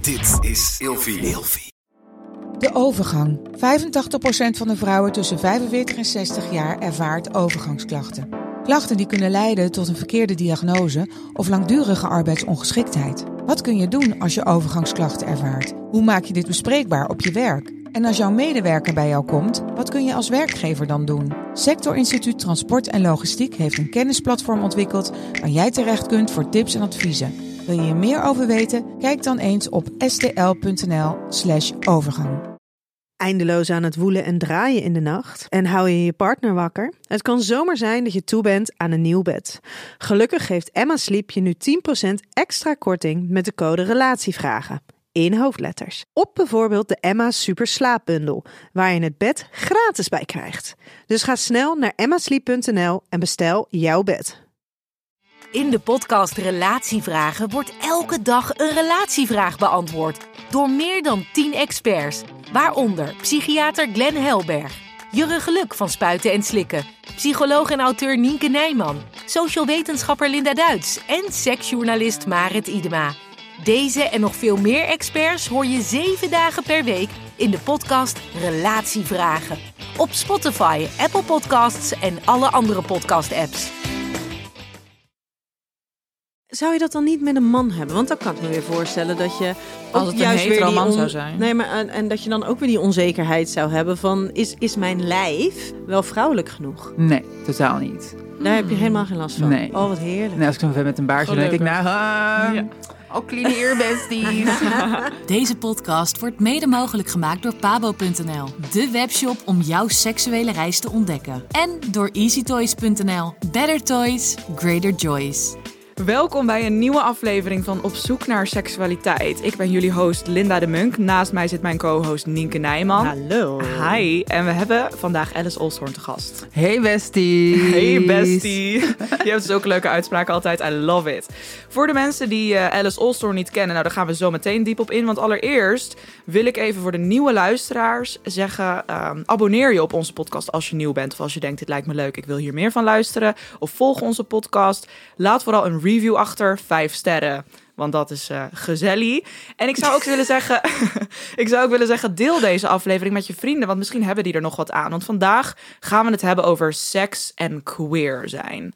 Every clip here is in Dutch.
Dit is Ilfie. De overgang. 85% van de vrouwen tussen 45 en 60 jaar ervaart overgangsklachten. Klachten die kunnen leiden tot een verkeerde diagnose of langdurige arbeidsongeschiktheid. Wat kun je doen als je overgangsklachten ervaart? Hoe maak je dit bespreekbaar op je werk? En als jouw medewerker bij jou komt, wat kun je als werkgever dan doen? Sectorinstituut Transport en Logistiek heeft een kennisplatform ontwikkeld waar jij terecht kunt voor tips en adviezen. Wil je hier meer over weten? Kijk dan eens op stl.nl/overgang. Eindeloos aan het woelen en draaien in de nacht en hou je je partner wakker? Het kan zomaar zijn dat je toe bent aan een nieuw bed. Gelukkig geeft Emma Sleep je nu 10% extra korting met de code RELATIEVRAGEN. In hoofdletters. Op bijvoorbeeld de Emma Super Slaapbundel, waar je het bed gratis bij krijgt. Dus ga snel naar emmasleep.nl en bestel jouw bed. In de podcast Relatievragen wordt elke dag een relatievraag beantwoord door meer dan 10 experts. Waaronder psychiater Glenn Helberg, Jurre Geluk van Spuiten en Slikken, psycholoog en auteur Nienke Nijman, social wetenschapper Linda Duits en seksjournalist Marit Idema. Deze en nog veel meer experts hoor je 7 dagen per week in de podcast Relatievragen. Op Spotify, Apple Podcasts en alle andere podcast-apps. Zou je dat dan niet met een man hebben? Want dan kan ik me weer voorstellen dat je als het juist een hetero man zou zijn. Nee, maar en dat je dan ook weer die onzekerheid zou hebben van is mijn lijf wel vrouwelijk genoeg? Nee, totaal niet. Daar heb je helemaal geen last van. Nee. Oh, wat heerlijk. Nee, als ik zo'n vet met een baardje dan denk ik clean ear besties. Deze podcast wordt mede mogelijk gemaakt door Pabo.nl, de webshop om jouw seksuele reis te ontdekken. En door EasyToys.nl. Better toys, greater joys. Welkom bij een nieuwe aflevering van Op zoek naar seksualiteit. Ik ben jullie host Linda de Munk. Naast mij zit mijn co-host Nienke Nijman. Hallo. Hi. En we hebben vandaag Alice Olshoorn te gast. Hey bestie. Hey bestie. Je hebt zulke leuke uitspraken altijd. I love it. Voor de mensen die Alice Olshoorn niet kennen, nou daar gaan we zo meteen diep op in. Want allereerst wil ik even voor de nieuwe luisteraars zeggen, abonneer je op onze podcast als je nieuw bent. Of als je denkt, dit lijkt me leuk, ik wil hier meer van luisteren. Of volg onze podcast. Laat vooral een review achter, 5 sterren. Want dat is gezellig. En ik zou ook willen zeggen, deel deze aflevering met je vrienden. Want misschien hebben die er nog wat aan. Want vandaag gaan we het hebben over seks en queer zijn.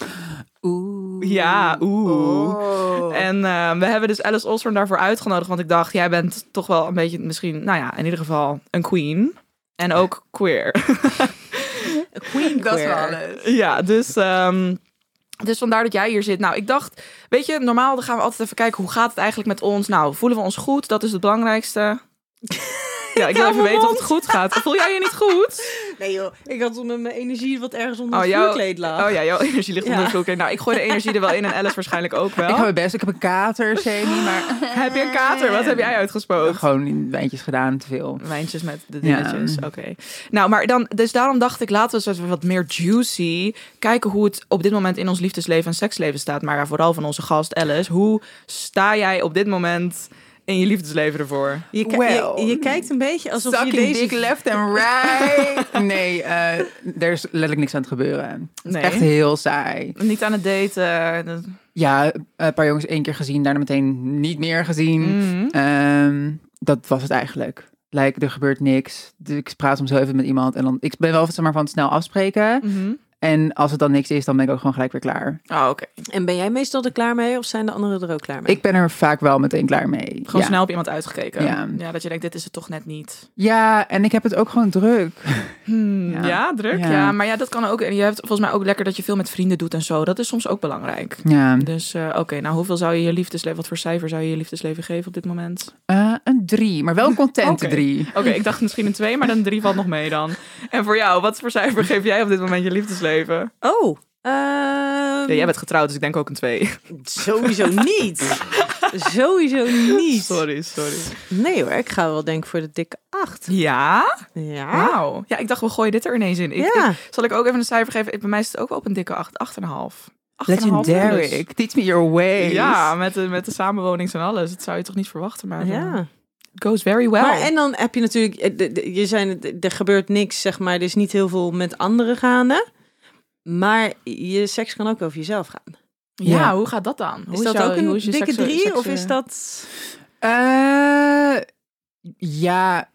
Oeh. Ja, oeh. Oh. En we hebben dus Alice Olshoorn daarvoor uitgenodigd. Want ik dacht, jij bent toch wel een beetje misschien, nou ja, in ieder geval een queen. En ook queer. Queen Dat is queer. wel alles. Ja, dus vandaar dat jij hier zit. Nou, ik dacht, weet je, normaal dan gaan we altijd even kijken hoe gaat het eigenlijk met ons. Nou, voelen we ons goed? Dat is het belangrijkste. Ja, ik wil even weten of het goed gaat. Voel jij je niet goed? Nee joh, ik had toen met mijn energie wat ergens onder het vloerkleed lag. Oh ja, jouw energie ligt onder het vloerkleed. Nou, ik gooi de energie er wel in en Alice waarschijnlijk ook wel. Ik ga mijn best. Ik heb een kater, semi, maar... Heb je een kater? Wat heb jij uitgesproken? Gewoon wijntjes gedaan, te veel. Wijntjes met de dingetjes, Oké. Nou, maar daarom dacht ik, laten we eens wat meer juicy kijken hoe het op dit moment in ons liefdesleven en seksleven staat. Maar ja, vooral van onze gast Alice. Hoe sta jij op dit moment in je liefdesleven ervoor? Je kijkt een beetje alsof je Sucking deze... dick left and right. Nee, er is letterlijk niks aan het gebeuren. Het is echt heel saai. Niet aan het daten. Ja, een paar jongens 1 keer gezien, daarna meteen niet meer gezien. Mm-hmm. Dat was het eigenlijk. Er gebeurt niks. Ik praat soms heel even met iemand en dan... Ik ben wel van het snel afspreken. Mm-hmm. En als het dan niks is, dan ben ik ook gewoon gelijk weer klaar. Oh, oké. En ben jij meestal er klaar mee of zijn de anderen er ook klaar mee? Ik ben er vaak wel meteen klaar mee. Gewoon snel op iemand uitgekeken. Ja, dat je denkt, dit is het toch net niet. Ja, en ik heb het ook gewoon druk. Ja, druk. Ja, maar ja, dat kan ook. En je hebt volgens mij ook lekker dat je veel met vrienden doet en zo. Dat is soms ook belangrijk. Ja. Dus oké, nou hoeveel zou je je liefdesleven, wat voor cijfer zou je je liefdesleven geven op dit moment? Een 3, maar wel een contente 3. Oké, ik dacht misschien een 2, maar dan 3 valt nog mee dan. En voor jou, wat voor cijfer geef jij op dit moment je liefdesleven? Oh, Ja, jij bent getrouwd, dus ik denk ook een 2. Sowieso niet. Sowieso niet. Sorry. Nee hoor, ik ga wel denken voor de dikke 8. Ja? Ja. Wauw. Ja, ik dacht, we gooien dit er ineens in. Zal ik ook even een cijfer geven? Bij mij is het ook wel op een dikke 8,5. Legendary. Teach me your ways. Ja, met de samenwonings en alles. Dat zou je toch niet verwachten, maar Ja. it goes very well. Maar en dan heb je natuurlijk, er gebeurt niks, zeg maar. Er is niet heel veel met anderen gaande. Maar je seks kan ook over jezelf gaan. Ja, hoe gaat dat dan? Is dat ook een dikke 3 of is dat... Ja,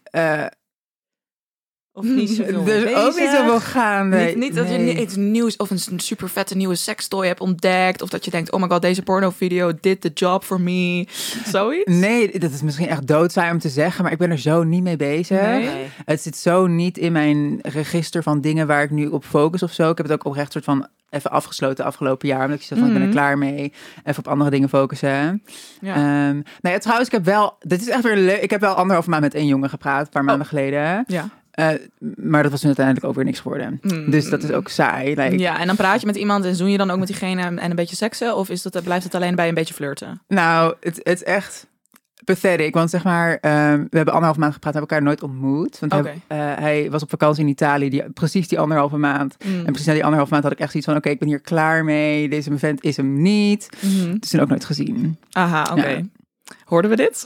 Of niet zoveel mee er is ook niet bezig? zoveel gaande. Niet dat je iets nieuws of een super vette nieuwe sextoy hebt ontdekt. Of dat je denkt, oh my god, deze pornovideo did the job for me. Zoiets? Nee, dat is misschien echt doodsaai om te zeggen, maar ik ben er zo niet mee bezig. Nee? Het zit zo niet in mijn register van dingen waar ik nu op focus of zo. Ik heb het ook oprecht soort van even afgesloten afgelopen jaar. Omdat ik zei van, ik ben er klaar mee. Even op andere dingen focussen. Ja. Nou ja, trouwens, ik heb wel... Dit is echt weer leuk. Ik heb wel 1,5 maand met een jongen gepraat, een paar maanden geleden. Ja. Maar dat was toen uiteindelijk ook weer niks geworden. Dus dat is ook saai. Ja, en dan praat je met iemand en zoen je dan ook met diegene en een beetje seksen? Of blijft het alleen bij een beetje flirten? Nou, het is echt pathetic. Want zeg maar, we hebben 1,5 maand gepraat, hebben elkaar nooit ontmoet. Want hij was op vakantie in Italië, precies die 1,5 maand. En precies na die 1,5 maand had ik echt zoiets van, oké, ik ben hier klaar mee. Deze vent is hem niet. Dus toen ook nooit gezien. Aha, oké. Ja. Hoorden we dit?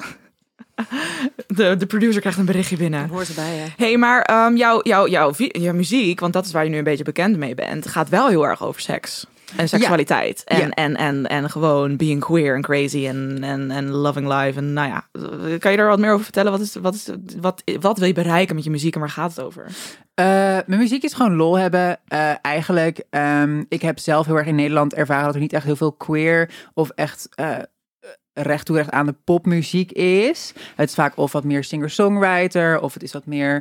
De producer krijgt een berichtje binnen. Hoort erbij, hè? Hey, maar jouw muziek, want dat is waar je nu een beetje bekend mee bent, gaat wel heel erg over seks. En seksualiteit. Ja. En gewoon being queer en crazy en loving life. En nou ja, kan je daar wat meer over vertellen? Wat wil je bereiken met je muziek en waar gaat het over? Mijn muziek is gewoon lol hebben. Eigenlijk, ik heb zelf heel erg in Nederland ervaren dat er niet echt heel veel queer of echt recht toe recht aan de popmuziek is. Het is vaak of wat meer singer-songwriter of het is wat meer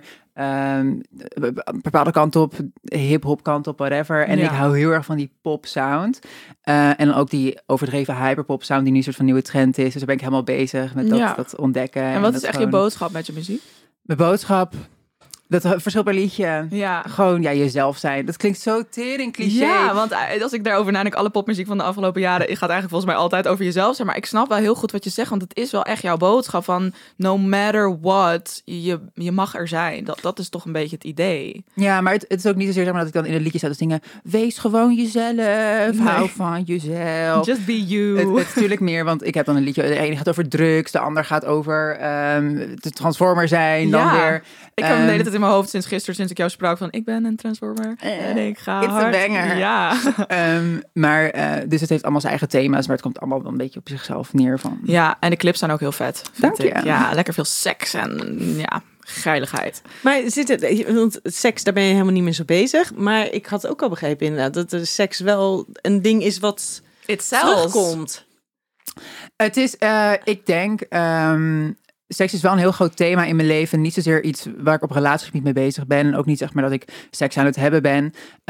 bepaalde kant op, hip-hop kant op, whatever. En ik hou heel erg van die pop sound. En dan ook die overdreven hyperpop sound die nu een soort van nieuwe trend is. Dus daar ben ik helemaal bezig met dat ontdekken. En wat dat is echt gewoon... je boodschap met je muziek? Mijn boodschap... Dat verschilt per liedje. Ja. Gewoon jezelf zijn. Dat klinkt zo tering cliché. Ja, want als ik daarover nadenk, alle popmuziek van de afgelopen jaren gaat eigenlijk volgens mij altijd over jezelf zijn. Maar ik snap wel heel goed wat je zegt, want het is wel echt jouw boodschap van no matter what, je mag er zijn. Dat is toch een beetje het idee. Ja, maar het is ook niet zozeer zeg maar, dat ik dan in het liedje sta te zingen, wees gewoon jezelf, hou van jezelf. Just be you. Het is natuurlijk meer, want ik heb dan een liedje, de ene gaat over drugs, de ander gaat over de transformer zijn, dan weer... Ik heb de hele tijd in mijn hoofd sinds gisteren, sinds ik jou sprak, van ik ben een transformer en ik ga it's hard. a banger. Ja. Maar dus het heeft allemaal zijn eigen thema's, maar het komt allemaal wel een beetje op zichzelf neer van. Ja, en de clips zijn ook heel vet, vind Dank je. ik. Ja, lekker veel seks en geiligheid. Maar want seks, daar ben je helemaal niet meer zo bezig. Maar ik had ook al begrepen inderdaad dat de seks wel een ding is wat terugkomt. Het is, ik denk... seks is wel een heel groot thema in mijn leven. Niet zozeer iets waar ik op relatiegebied mee bezig ben. En ook niet zeg maar dat ik seks aan het hebben ben.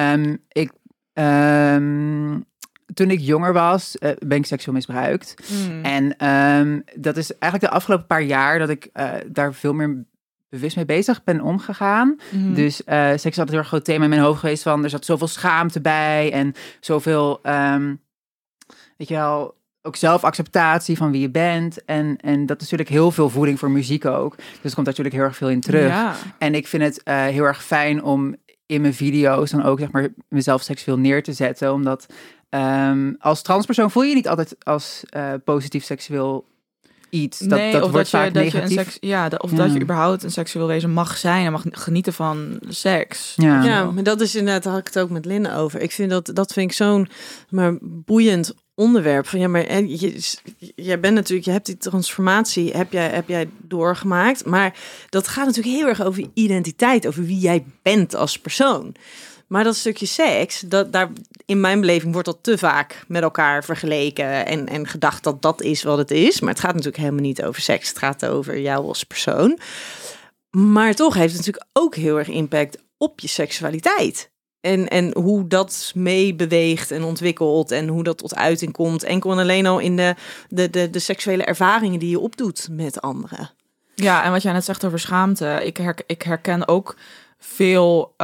Toen ik jonger was, ben ik seksueel misbruikt. En dat is eigenlijk de afgelopen paar jaar dat ik daar veel meer bewust mee bezig ben omgegaan. Dus seks is altijd een heel erg groot thema in mijn hoofd geweest van er zat zoveel schaamte bij en zoveel, weet je wel, ook zelfacceptatie van wie je bent. En dat is natuurlijk heel veel voeding voor muziek ook. Dus er komt natuurlijk heel erg veel in terug. Ja. En ik vind het heel erg fijn om in mijn video's dan ook zeg maar mezelf seksueel neer te zetten. Omdat als transpersoon voel je je niet altijd als positief seksueel iets. Dat wordt vaak negatief. Dat je überhaupt een seksueel wezen mag zijn en mag genieten van seks. Ja, maar dat is inderdaad, daar had ik het ook met Lynn over. Ik vind dat vind ik zo'n boeiend onderwerp. Van ja, maar jij bent natuurlijk, je hebt die transformatie, heb jij doorgemaakt. Maar dat gaat natuurlijk heel erg over identiteit, over wie jij bent als persoon. Maar dat stukje seks, daar in mijn beleving wordt dat te vaak met elkaar vergeleken en gedacht dat dat is wat het is. Maar het gaat natuurlijk helemaal niet over seks. Het gaat over jou als persoon. Maar toch heeft het natuurlijk ook heel erg impact op je seksualiteit. En hoe dat mee beweegt en ontwikkelt en hoe dat tot uiting komt. Enkel en alleen al in de seksuele ervaringen die je opdoet met anderen. Ja, en wat jij net zegt over schaamte. Ik herken ook veel...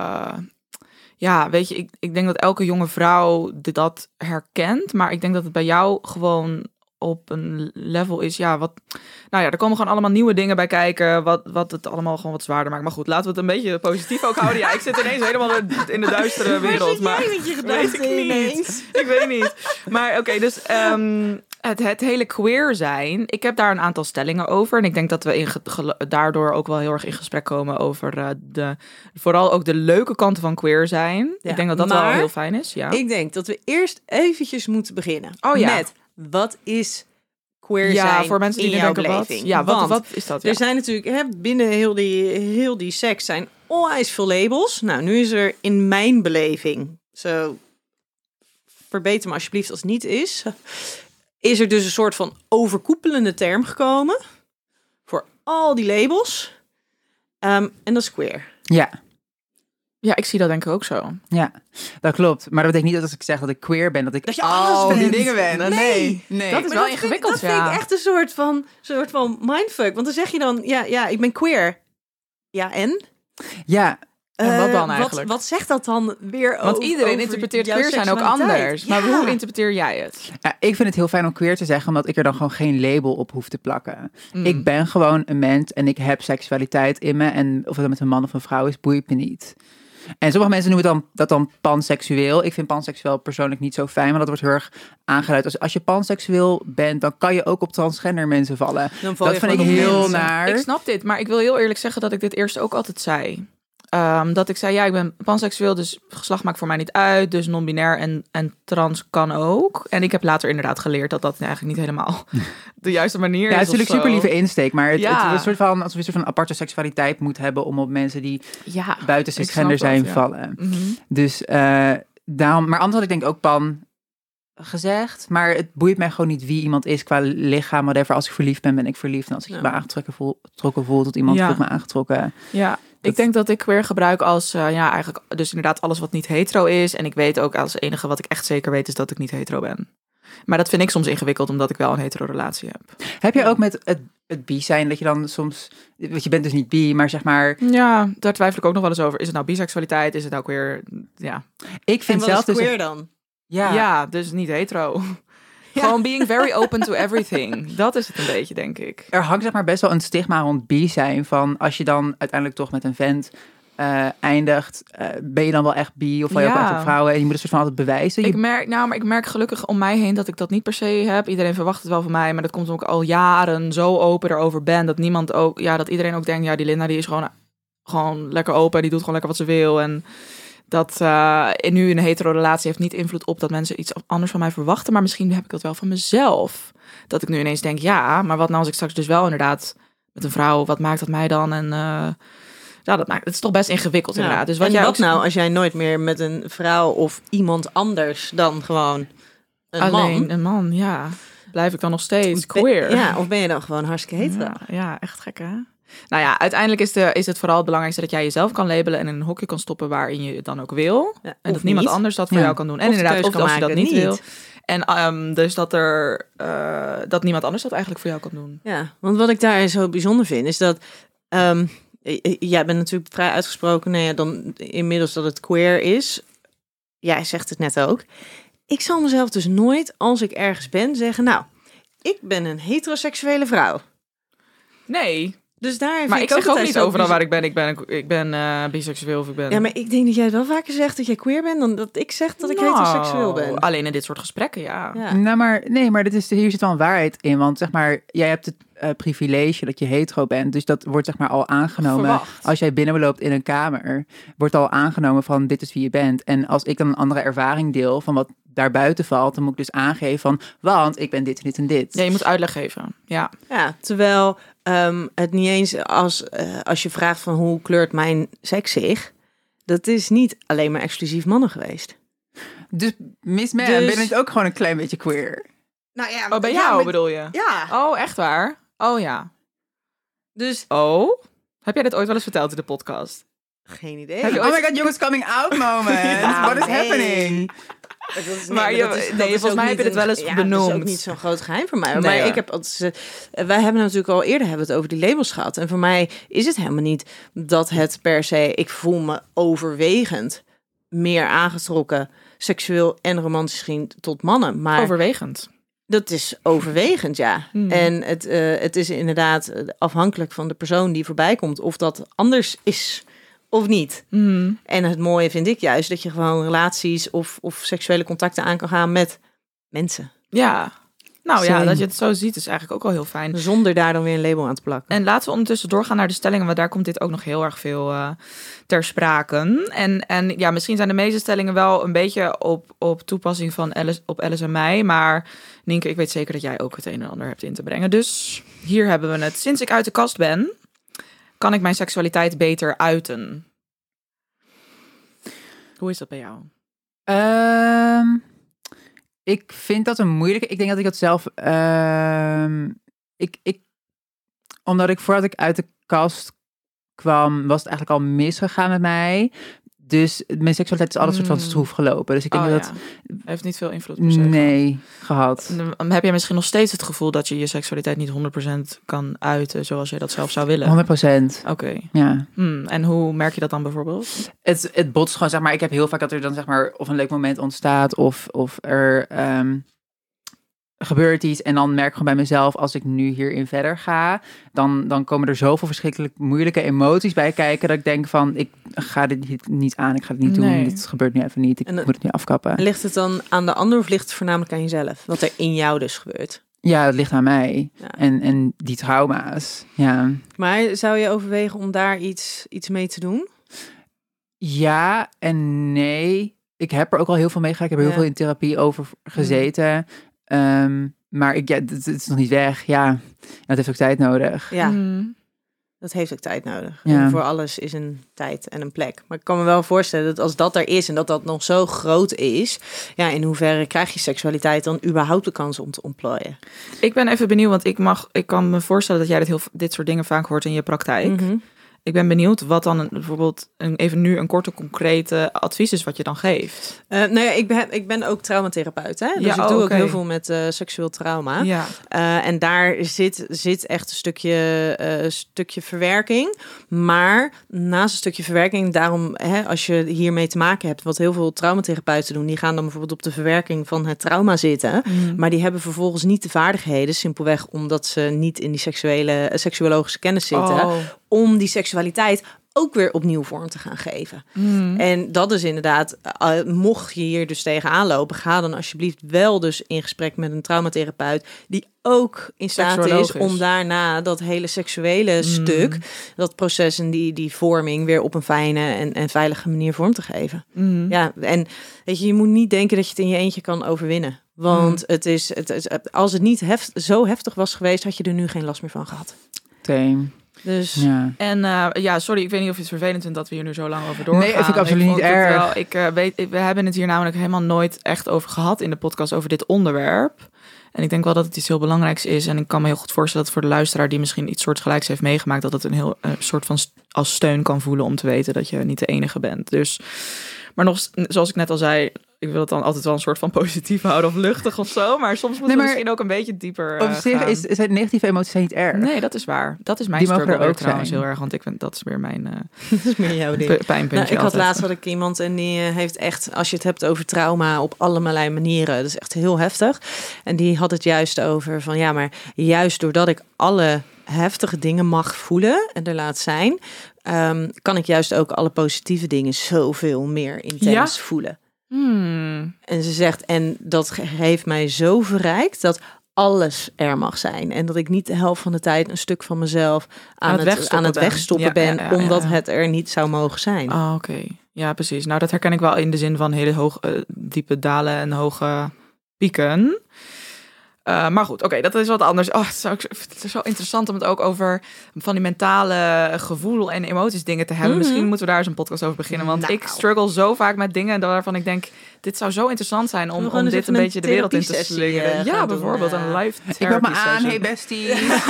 weet je, ik denk dat elke jonge vrouw dat herkent. Maar ik denk dat het bij jou gewoon op een level is, er komen gewoon allemaal nieuwe dingen bij kijken, wat het allemaal gewoon wat zwaarder maakt. Maar goed, laten we het een beetje positief ook houden. Ja, ik zit ineens helemaal in de duistere wereld. Maar ik weet niet. Maar oké, dus het hele queer zijn, ik heb daar een aantal stellingen over. En ik denk dat we daardoor ook wel heel erg in gesprek komen over vooral ook de leuke kanten van queer zijn. Ja, ik denk dat dat wel heel fijn is. Ja. Ik denk dat we eerst eventjes moeten beginnen met wat is queer Ja, zijn voor mensen die in nu jouw denken, beleving. wat? Ja, Want wat is dat? Ja. er zijn natuurlijk binnen heel die seks zijn onwijs veel labels. Nou, nu is er in mijn beleving, zo verbeter me alsjeblieft als het niet is er dus een soort van overkoepelende term gekomen voor al die labels. En dat is queer. Ja, ik zie dat denk ik ook zo. Ja, dat klopt. Maar dat betekent niet dat als ik zeg dat ik queer ben, dat je al alles die bent. dingen ben. Nee. Dat is wel ingewikkeld, Dat vind ik echt een soort van mindfuck. Want dan zeg je dan, ja, ik ben queer. Ja, en? Ja, En wat dan eigenlijk? Wat zegt dat dan weer Want over iedereen interpreteert jouw queer zijn ook seksualiteit? anders. Maar Ja. hoe interpreteer jij het? ja, ik vind het heel fijn om queer te zeggen, omdat ik er dan gewoon geen label op hoef te plakken. Ik ben gewoon een mens en ik heb seksualiteit in me. En of het met een man of een vrouw is, boeit me niet. En sommige mensen noemen dat dan panseksueel. Ik vind panseksueel persoonlijk niet zo fijn, want dat wordt heel erg aangeduid. Als je panseksueel bent, dan kan je ook op transgender mensen vallen. Dan val Dat je vind ik gewoon op heel mensen. naar. Ik snap dit, maar ik wil heel eerlijk zeggen dat ik dit eerst ook altijd zei. Dat ik zei, ja, ik ben panseksueel, dus geslacht maakt voor mij niet uit. Dus non-binair en trans kan ook. En ik heb later inderdaad geleerd dat dat eigenlijk niet helemaal de juiste manier Ja, is. het is natuurlijk super lieve insteek, maar het is een soort van alsof je een soort van aparte seksualiteit moet hebben om op mensen die Ja, buiten ik cisgender snap dat, zijn ja. vallen. Mhm. Dus daarom, maar anders had ik denk ook pan gezegd, maar het boeit mij gewoon niet wie iemand is qua lichaam, whatever. Als ik verliefd ben, ben ik verliefd. En als ik me aangetrokken voel tot iemand, voel ik me aangetrokken. Ja, ik denk dat ik queer gebruik als, eigenlijk dus inderdaad alles wat niet hetero is. En ik weet ook als enige wat ik echt zeker weet is dat ik niet hetero ben. Maar dat vind ik soms ingewikkeld, omdat ik wel een hetero relatie heb. Heb je ook met het bi zijn, dat je dan soms, want je bent dus niet bi, maar zeg maar. Ja, daar twijfel ik ook nog wel eens over. Is het nou biseksualiteit? Is het nou queer? Ja, Ik vind En wat zelf is dus. queer dan? ja dus niet hetero. Gewoon being very open to everything. Dat is het een beetje, denk ik. Er hangt zeg maar best wel een stigma rond bi zijn, van als je dan uiteindelijk toch met een vent eindigt, ben je dan wel echt bi of val je ook Ja. echt op vrouwen en je moet een soort van altijd bewijzen. Maar ik merk gelukkig om mij heen dat ik dat niet per se heb. Iedereen verwacht het wel van mij, maar dat komt omdat ik al jaren zo open erover ben dat niemand ook, dat iedereen ook denkt, ja, die Linda die is gewoon lekker open, die doet gewoon lekker wat ze wil en dat nu een hetero relatie heeft niet invloed op dat mensen iets anders van mij verwachten, maar misschien heb ik dat wel van mezelf. Dat ik nu ineens denk, ja, maar wat nou als ik straks dus wel inderdaad met een vrouw, wat maakt dat mij dan? En het is toch best ingewikkeld inderdaad. Dus en jij wat ook nou als jij nooit meer met een vrouw of iemand anders dan gewoon een alleen man... een man, ja. Blijf ik dan nog steeds queer? Ja, of ben je dan gewoon hartstikke hetero? Ja, echt gek hè? Nou ja, uiteindelijk is het vooral het belangrijkste dat jij jezelf kan labelen en in een hokje kan stoppen waarin je het dan ook wil. Ja, En of dat niemand niet. anders dat voor Ja. jou kan doen. En Of de inderdaad, keuze of kan als je dat maken, niet niet. wil. En dus dat niemand anders dat eigenlijk voor jou kan doen. Ja, want wat ik daar zo bijzonder vind, is dat... jij bent natuurlijk vrij uitgesproken, dan inmiddels dat het queer is. Jij zegt het net ook. Ik zal mezelf dus nooit, als ik ergens ben, zeggen... Nou, ik ben een heteroseksuele vrouw. Nee, Dus daar maar ik zeg ook altijd niet zo overal waar bijzonder- ik ben biseksueel of ik ben... Ja, maar ik denk dat jij het wel vaker zegt dat jij queer bent... dan dat ik zeg dat ik heteroseksueel ben. Alleen in dit soort gesprekken, ja. Ja. Nou, maar hier zit wel een waarheid in. Want zeg maar, jij hebt het privilege dat je hetero bent. Dus dat wordt zeg maar al aangenomen. Verwacht. Als jij binnenloopt in een kamer, wordt al aangenomen van dit is wie je bent. En als ik dan een andere ervaring deel van wat daarbuiten valt, dan moet ik dus aangeven van, want ik ben dit en dit en dit. Ja, je moet uitleg geven. Ja. Ja, terwijl het niet eens als je vraagt van hoe kleurt mijn seks zich... dat is niet alleen maar exclusief mannen geweest. Dus Miss Man, Dus- ben je niet ook gewoon een klein beetje queer? Nou ja, Oh, bij jou bedoel je? Ja, Oh, echt waar? Oh ja. dus Oh? Heb jij dit ooit wel eens verteld in de podcast? geen idee. Heb je Oh my god, jongens, coming out moment. What is happening? Volgens mij heb je dit wel eens Dat is benoemd. ook niet zo'n groot geheim voor mij. Nee, Maar hoor. ik heb wij hebben natuurlijk al eerder het over die labels gehad. En voor mij is het helemaal niet dat het per se... Ik voel me overwegend meer aangetrokken, seksueel en romantisch gezien, tot mannen. Maar Overwegend. dat is overwegend, ja. Hmm. En het is inderdaad afhankelijk van de persoon die voorbij komt... of dat anders is of niet. Mm. En het mooie vind ik juist dat je gewoon relaties of seksuele contacten aan kan gaan met mensen. Ja. Nou ja, Same. dat je het zo ziet is eigenlijk ook wel heel fijn. Zonder daar dan weer een label aan te plakken. En laten we ondertussen doorgaan naar de stellingen, want daar komt dit ook nog heel erg veel ter sprake. En ja, misschien zijn de meeste stellingen wel een beetje op toepassing van Alice en mij. Maar Nienke, ik weet zeker dat jij ook het een en ander hebt in te brengen. Dus hier hebben we het. Sinds ik uit de kast ben, kan ik mijn seksualiteit beter uiten. Hoe is dat bij jou? Ik vind dat een moeilijke. Ik denk dat ik dat zelf... omdat ik voordat ik uit de kast kwam, was het eigenlijk al misgegaan met mij. Dus mijn seksualiteit is altijd soort van stroef gelopen. Dus ik denk dat heeft niet veel invloed per se gehad. Heb jij misschien nog steeds het gevoel dat je je seksualiteit niet 100% kan uiten zoals je dat zelf zou willen? 100%. Oké. Ja. En hoe merk je dat dan bijvoorbeeld? Het botst gewoon, zeg maar. Ik heb heel vaak dat er dan, zeg maar, of een leuk moment ontstaat of er gebeurt iets. En dan merk ik gewoon bij mezelf, als ik nu hierin verder ga, dan komen er zoveel verschrikkelijk moeilijke emoties bij kijken, dat ik denk van, ik ga dit niet aan, ik ga het niet doen, dit gebeurt nu even niet, ik moet het nu afkappen. Ligt het dan aan de ander of ligt het voornamelijk aan jezelf? Wat er in jou dus gebeurt? Ja, het ligt aan mij. Ja. En die trauma's. Ja. Maar zou je overwegen om daar iets mee te doen? Ja en nee. Ik heb er ook al heel veel mee gedaan. Ik heb er heel veel in therapie over gezeten. Maar het is nog niet weg. Ja, dat heeft ook tijd nodig. Ja, dat heeft ook tijd nodig. Ja. En voor alles is een tijd en een plek. Maar ik kan me wel voorstellen dat als dat er is en dat nog zo groot is, ja, in hoeverre krijg je seksualiteit dan überhaupt de kans om te ontplooien? Ik ben even benieuwd, want ik kan me voorstellen dat jij dit soort dingen vaak hoort in je praktijk. Mm-hmm. Ik ben benieuwd wat dan bijvoorbeeld even nu een korte, concrete advies is wat je dan geeft. Nou ja, ik ben ook traumatherapeut. Hè? Dus ik doe ook heel veel met seksueel trauma. Ja. En daar zit echt een stukje verwerking. Maar naast een stukje verwerking, daarom als je hiermee te maken hebt, wat heel veel traumatherapeuten doen, die gaan dan bijvoorbeeld op de verwerking van het trauma zitten. Maar die hebben vervolgens niet de vaardigheden, simpelweg omdat ze niet in die seksuologische kennis zitten, om die seksualiteit ook weer opnieuw vorm te gaan geven. En dat is inderdaad, mocht je hier dus tegenaan lopen, ga dan alsjeblieft wel dus in gesprek met een traumatherapeut die ook in staat is om daarna dat hele seksuele stuk, dat proces en die vorming weer op een fijne en veilige manier vorm te geven. Ja, en weet je moet niet denken dat je het in je eentje kan overwinnen. Want het is, als het niet zo heftig was geweest, had je er nu geen last meer van gehad. Dus ja. En sorry, ik weet niet of je het vervelend vindt dat we hier nu zo lang over doorgaan. Nee, dat vind ik absoluut niet erg. We hebben het hier namelijk helemaal nooit echt over gehad in de podcast over dit onderwerp. En ik denk wel dat het iets heel belangrijks is. En ik kan me heel goed voorstellen dat voor de luisteraar die misschien iets soortgelijks heeft meegemaakt, dat het een heel soort van als steun kan voelen om te weten dat je niet de enige bent. Dus, maar nog, zoals ik net al zei, ik wil het dan altijd wel een soort van positief houden of luchtig of zo. Maar soms moeten we misschien ook een beetje dieper op zich gaan. Zijn negatieve emoties niet erg. Nee, dat is waar. Dat is mijn die struggle ook trouwens zijn. heel erg. Want ik vind dat is weer mijn dat is meer jouw ding. pijnpuntje. Ik had laatst iemand en die heeft echt, als je het hebt over trauma op allerlei manieren, dat is echt heel heftig. En die had het juist over van ja, maar juist doordat ik alle heftige dingen mag voelen en er laat zijn, kan ik juist ook alle positieve dingen zoveel meer intens voelen. En ze zegt, en dat heeft mij zo verrijkt dat alles er mag zijn. En dat ik niet de helft van de tijd een stuk van mezelf aan het wegstoppen ben, omdat het er niet zou mogen zijn. Oh, oké. Ja, precies. Nou, dat herken ik wel in de zin van hele diepe dalen en hoge pieken. Maar goed, oké, dat is wat anders. Het is zo interessant om het ook over van die mentale gevoel en emoties dingen te hebben. Misschien moeten we daar eens een podcast over beginnen. Want ik struggle zo vaak met dingen waarvan ik denk, dit zou zo interessant zijn om dit een beetje de wereld in te slingeren. Ja, bijvoorbeeld een live therapy Ik wil me aan, session. hey bestie.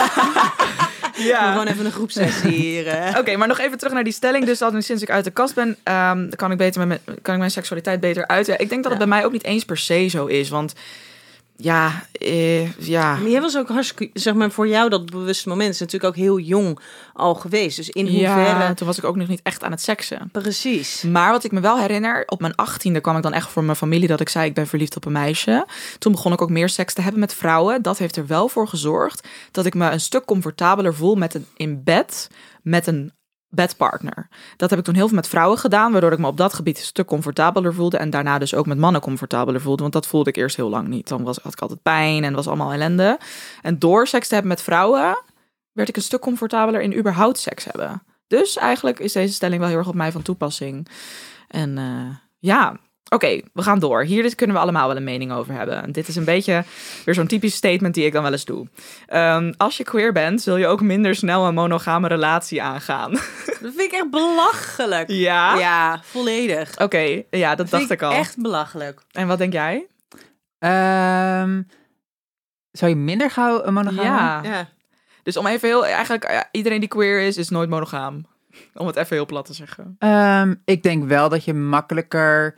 Ja. Gewoon even een groepsessie hier. Oké, maar nog even terug naar die stelling. Dus sinds ik uit de kast ben, kan ik mijn seksualiteit beter uiten. Ik denk dat het bij mij ook niet eens per se zo is. Want ja. Maar jij was ook hartstikke, zeg maar, voor jou dat bewuste moment is natuurlijk ook heel jong al geweest. Dus in hoeverre... Ja, toen was ik ook nog niet echt aan het seksen. Precies. Maar wat ik me wel herinner, op mijn 18e kwam ik dan echt voor mijn familie dat ik zei, ik ben verliefd op een meisje. Toen begon ik ook meer seks te hebben met vrouwen. Dat heeft er wel voor gezorgd dat ik me een stuk comfortabeler voel in bed met een bedpartner. Dat heb ik toen heel veel met vrouwen gedaan, waardoor ik me op dat gebied een stuk comfortabeler voelde en daarna dus ook met mannen comfortabeler voelde, want dat voelde ik eerst heel lang niet. Dan had ik altijd pijn en was allemaal ellende. En door seks te hebben met vrouwen werd ik een stuk comfortabeler in überhaupt seks hebben. Dus eigenlijk is deze stelling wel heel erg op mij van toepassing. En oké, we gaan door. Hier kunnen we allemaal wel een mening over hebben. En dit is een beetje weer zo'n typisch statement die ik dan wel eens doe. Als je queer bent, zul je ook minder snel een monogame relatie aangaan. Dat vind ik echt belachelijk. Ja? Ja, volledig. Oké, ja, dat dacht ik al. Echt belachelijk. En wat denk jij? Zou je minder gauw een monogame? Ja. Dus om even iedereen die queer is nooit monogaam. Om het even heel plat te zeggen. Ik denk wel dat je makkelijker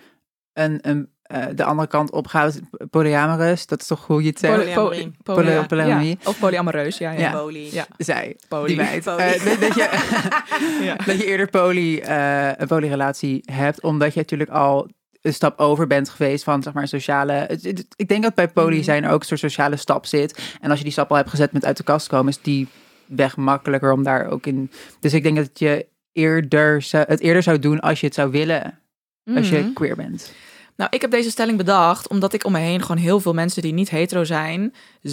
de andere kant opgaat. Polyamorous, dat is toch hoe je het zegt? Polyamorie. Ja. Of polyamoreus, ja. Poly. Ja. Zij, Poly. die meid. Poly. Dat je eerder een polyrelatie hebt, omdat je natuurlijk al een stap over bent geweest van, zeg maar, een sociale... Ik denk dat bij poly zijn er ook een soort sociale stap zit. En als je die stap al hebt gezet met uit de kast komen, is die weg makkelijker om daar ook in... Dus ik denk dat je het eerder zou doen als je het zou willen, als je queer bent. Nou, ik heb deze stelling bedacht omdat ik om me heen gewoon heel veel mensen die niet hetero zijn,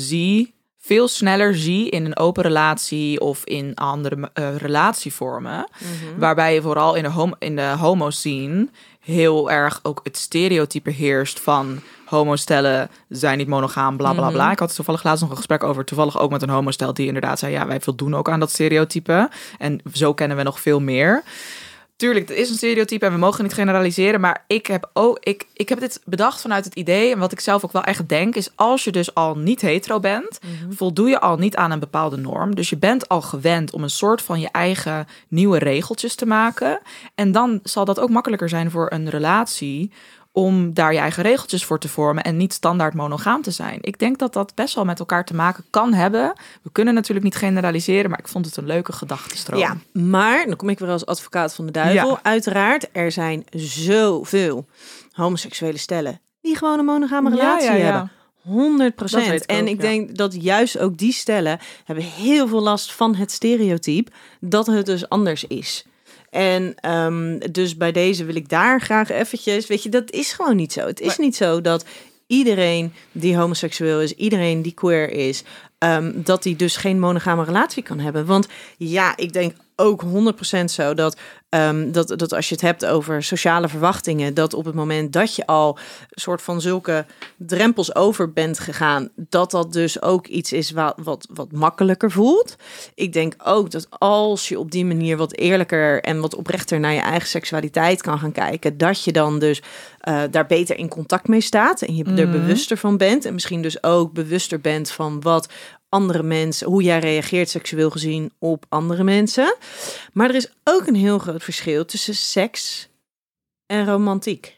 veel sneller zie in een open relatie of in andere relatievormen. Waarbij je vooral in de homo-scene heel erg ook het stereotype heerst van homostellen zijn niet monogaam, bla bla bla. Ik had toevallig laatst nog een gesprek over, toevallig ook met een homostel die inderdaad zei, ja, wij voldoen ook aan dat stereotype. En zo kennen we nog veel meer. Tuurlijk, het is een stereotype en we mogen niet generaliseren, maar ik heb dit bedacht vanuit het idee, en wat ik zelf ook wel echt denk, is als je dus al niet hetero bent, voldoe je al niet aan een bepaalde norm. Dus je bent al gewend om een soort van je eigen nieuwe regeltjes te maken. En dan zal dat ook makkelijker zijn voor een relatie om daar je eigen regeltjes voor te vormen en niet standaard monogaam te zijn. Ik denk dat dat best wel met elkaar te maken kan hebben. We kunnen natuurlijk niet generaliseren, maar ik vond het een leuke gedachtenstroom. Ja, maar dan kom ik weer als advocaat van de duivel. Ja. Uiteraard, er zijn zoveel homoseksuele stellen die gewoon een monogame relatie hebben. 100%. En ik denk dat juist ook die stellen hebben heel veel last van het stereotype dat het dus anders is. En dus bij deze wil ik daar graag eventjes... Weet je, dat is gewoon niet zo. Het is niet zo dat iedereen die homoseksueel is, iedereen die queer is, dat die dus geen monogame relatie kan hebben. Want ja, ik denk ook 100% zo dat als je het hebt over sociale verwachtingen, dat op het moment dat je al een soort van zulke drempels over bent gegaan, dat dus ook iets is wat makkelijker voelt. Ik denk ook dat als je op die manier wat eerlijker en wat oprechter naar je eigen seksualiteit kan gaan kijken, dat je dan dus daar beter in contact mee staat en je er bewuster van bent en misschien dus ook bewuster bent van wat andere mensen, hoe jij reageert seksueel gezien op andere mensen. Maar er is ook een heel groot verschil tussen seks en romantiek.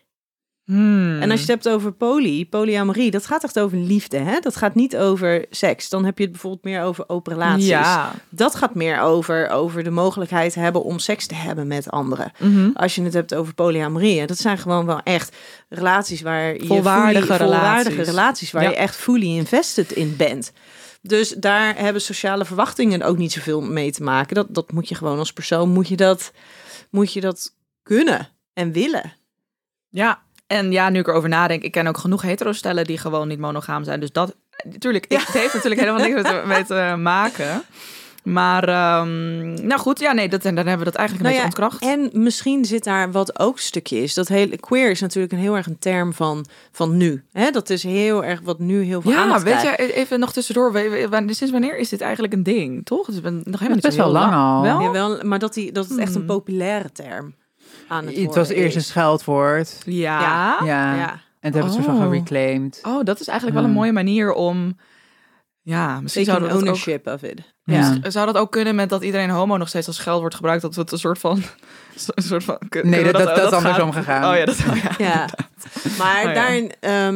En als je het hebt over polyamorie, dat gaat echt over liefde, hè? Dat gaat niet over seks. Dan heb je het bijvoorbeeld meer over open relaties. Ja. Dat gaat meer over de mogelijkheid hebben om seks te hebben met anderen. Als je het hebt over polyamorie, dat zijn gewoon wel echt relaties waar je volwaardige relaties waar je echt fully invested in bent. Dus daar hebben sociale verwachtingen ook niet zoveel mee te maken. Dat moet je gewoon als persoon, moet je dat kunnen en willen. Ja, en ja, nu ik erover nadenk, ik ken ook genoeg hetero-stellen die gewoon niet monogaam zijn. Dus dat, natuurlijk, het heeft natuurlijk helemaal niks mee te maken. Maar, nou goed, ja, nee, dan hebben we dat eigenlijk een beetje ontkracht. En misschien zit daar wat ook een stukje is. Dat hele queer is natuurlijk heel erg een term van nu. Hè? Dat is heel erg wat nu heel veel aandacht krijgt. Ja, weet je, even nog tussendoor. Sinds wanneer is dit eigenlijk een ding, toch? Dus ik ben nog helemaal niet best wel lang al. Wel? Ja, wel, maar dat het echt een populaire term aan het worden Het was eerst een scheldwoord. Ja. En toen hebben ze van gereclaimed. Oh, dat is eigenlijk wel een mooie manier om... Ja, misschien zou dat ownership of it. Ja. Zou dat ook kunnen met dat iedereen homo nog steeds als scheldwoord gebruikt? Dat het een soort van... Nee, dat is andersom gegaan. Oh ja, dat ja. Maar daarin...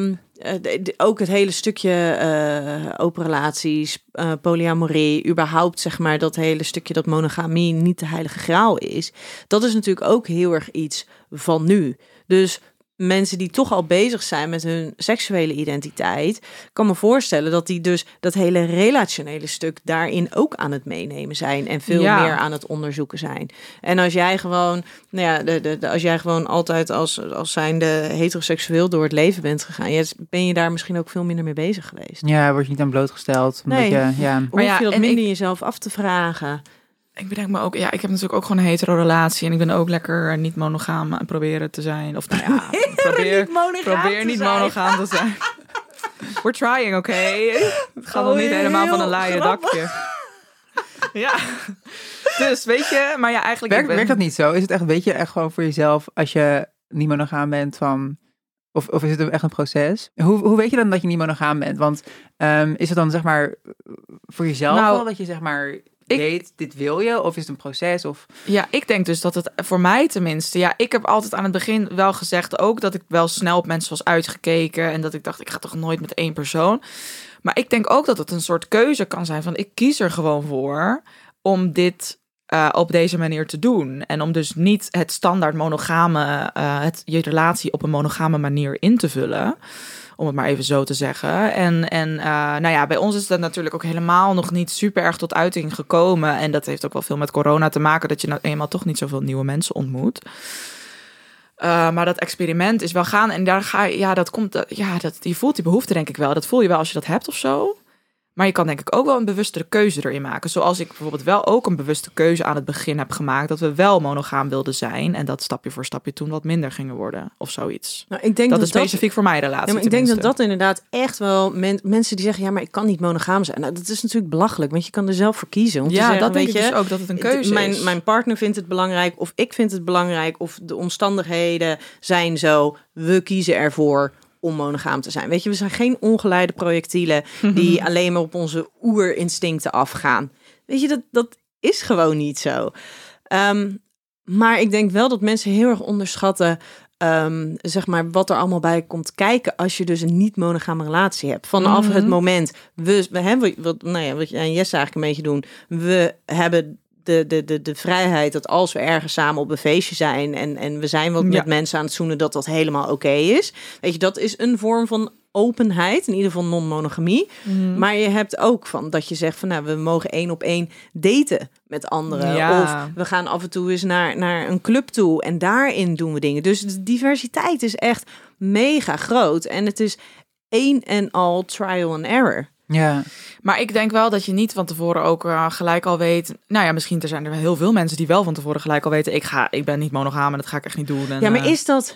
ook het hele stukje open relaties, polyamorie, überhaupt zeg maar dat hele stukje dat monogamie niet de heilige graal is. Dat is natuurlijk ook heel erg iets van nu. Dus mensen die toch al bezig zijn met hun seksuele identiteit, kan me voorstellen dat die dus dat hele relationele stuk daarin ook aan het meenemen zijn en veel meer aan het onderzoeken zijn. En als jij gewoon, als jij gewoon altijd als zijnde heteroseksueel door het leven bent gegaan, ben je daar misschien ook veel minder mee bezig geweest. Ja, word je niet aan blootgesteld. Nee. Maar hoef je dat minder jezelf af te vragen. Ik bedenk me ook, ik heb natuurlijk ook gewoon een hetero relatie en ik ben ook lekker niet monogaam aan proberen te zijn. Of probeer niet monogaam te zijn. We're trying, oké? Het gaat nog niet helemaal van een laaie dakje. Ja, dus weet je, maar ja, eigenlijk... Werkt dat niet zo? Is het echt, weet je, echt gewoon voor jezelf als je niet monogaam bent van... Of is het echt een proces? Hoe weet je dan dat je niet monogaam bent? Want is het dan zeg maar voor jezelf al dat je zeg maar... weet, dit wil je? Of is het een proces? Of... Ja, ik denk dus dat het voor mij tenminste... Ja, ik heb altijd aan het begin wel gezegd ook... dat ik wel snel op mensen was uitgekeken... en dat ik dacht, ik ga toch nooit met één persoon. Maar ik denk ook dat het een soort keuze kan zijn... van ik kies er gewoon voor... om dit op deze manier te doen. En om dus niet het standaard monogame... je relatie op een monogame manier in te vullen... om het maar even zo te zeggen. En bij ons is dat natuurlijk ook helemaal nog niet super erg tot uiting gekomen. En dat heeft ook wel veel met corona te maken... dat je nou eenmaal toch niet zoveel nieuwe mensen ontmoet. Maar dat experiment is wel gaan. En daar ga je... je voelt die behoefte denk ik wel. Dat voel je wel als je dat hebt of zo. Maar je kan denk ik ook wel een bewustere keuze erin maken. Zoals ik bijvoorbeeld wel ook een bewuste keuze aan het begin heb gemaakt... dat we wel monogaam wilden zijn... en dat stapje voor stapje toen wat minder gingen worden. Of zoiets. Nou, ik denk dat is specifiek voor mijn relatie. Ja, maar ik denk dat dat inderdaad echt wel... mensen die zeggen, ja, maar ik kan niet monogaam zijn. Nou, dat is natuurlijk belachelijk, want je kan er zelf voor kiezen. Om te zeggen, dat denk ik dus ook, dat het een keuze is. Mijn partner vindt het belangrijk, of ik vind het belangrijk... of de omstandigheden zijn zo, we kiezen ervoor... om monogaam te zijn. Weet je, we zijn geen ongeleide projectielen... die alleen maar op onze oerinstincten afgaan. Weet je, dat is gewoon niet zo. Maar ik denk wel dat mensen heel erg onderschatten... zeg maar wat er allemaal bij komt kijken... als je dus een niet-monogame relatie hebt. Vanaf het moment... wat jij en Jesse eigenlijk een beetje doen... we hebben... De vrijheid dat als we ergens samen op een feestje zijn... en we zijn wat met mensen aan het zoenen... dat helemaal oké is. Weet je, dat is een vorm van openheid. In ieder geval non-monogamie. Maar je hebt ook van dat je zegt van... nou, we mogen 1-op-1 daten met anderen. Ja. Of we gaan af en toe eens naar een club toe... en daarin doen we dingen. Dus de diversiteit is echt mega groot. En het is één en al trial and error. Ja. Maar ik denk wel dat je niet van tevoren ook gelijk al weet... Nou ja, misschien zijn er heel veel mensen die wel van tevoren gelijk al weten... ik ben niet monogaam en dat ga ik echt niet doen. En, ja, maar is dat...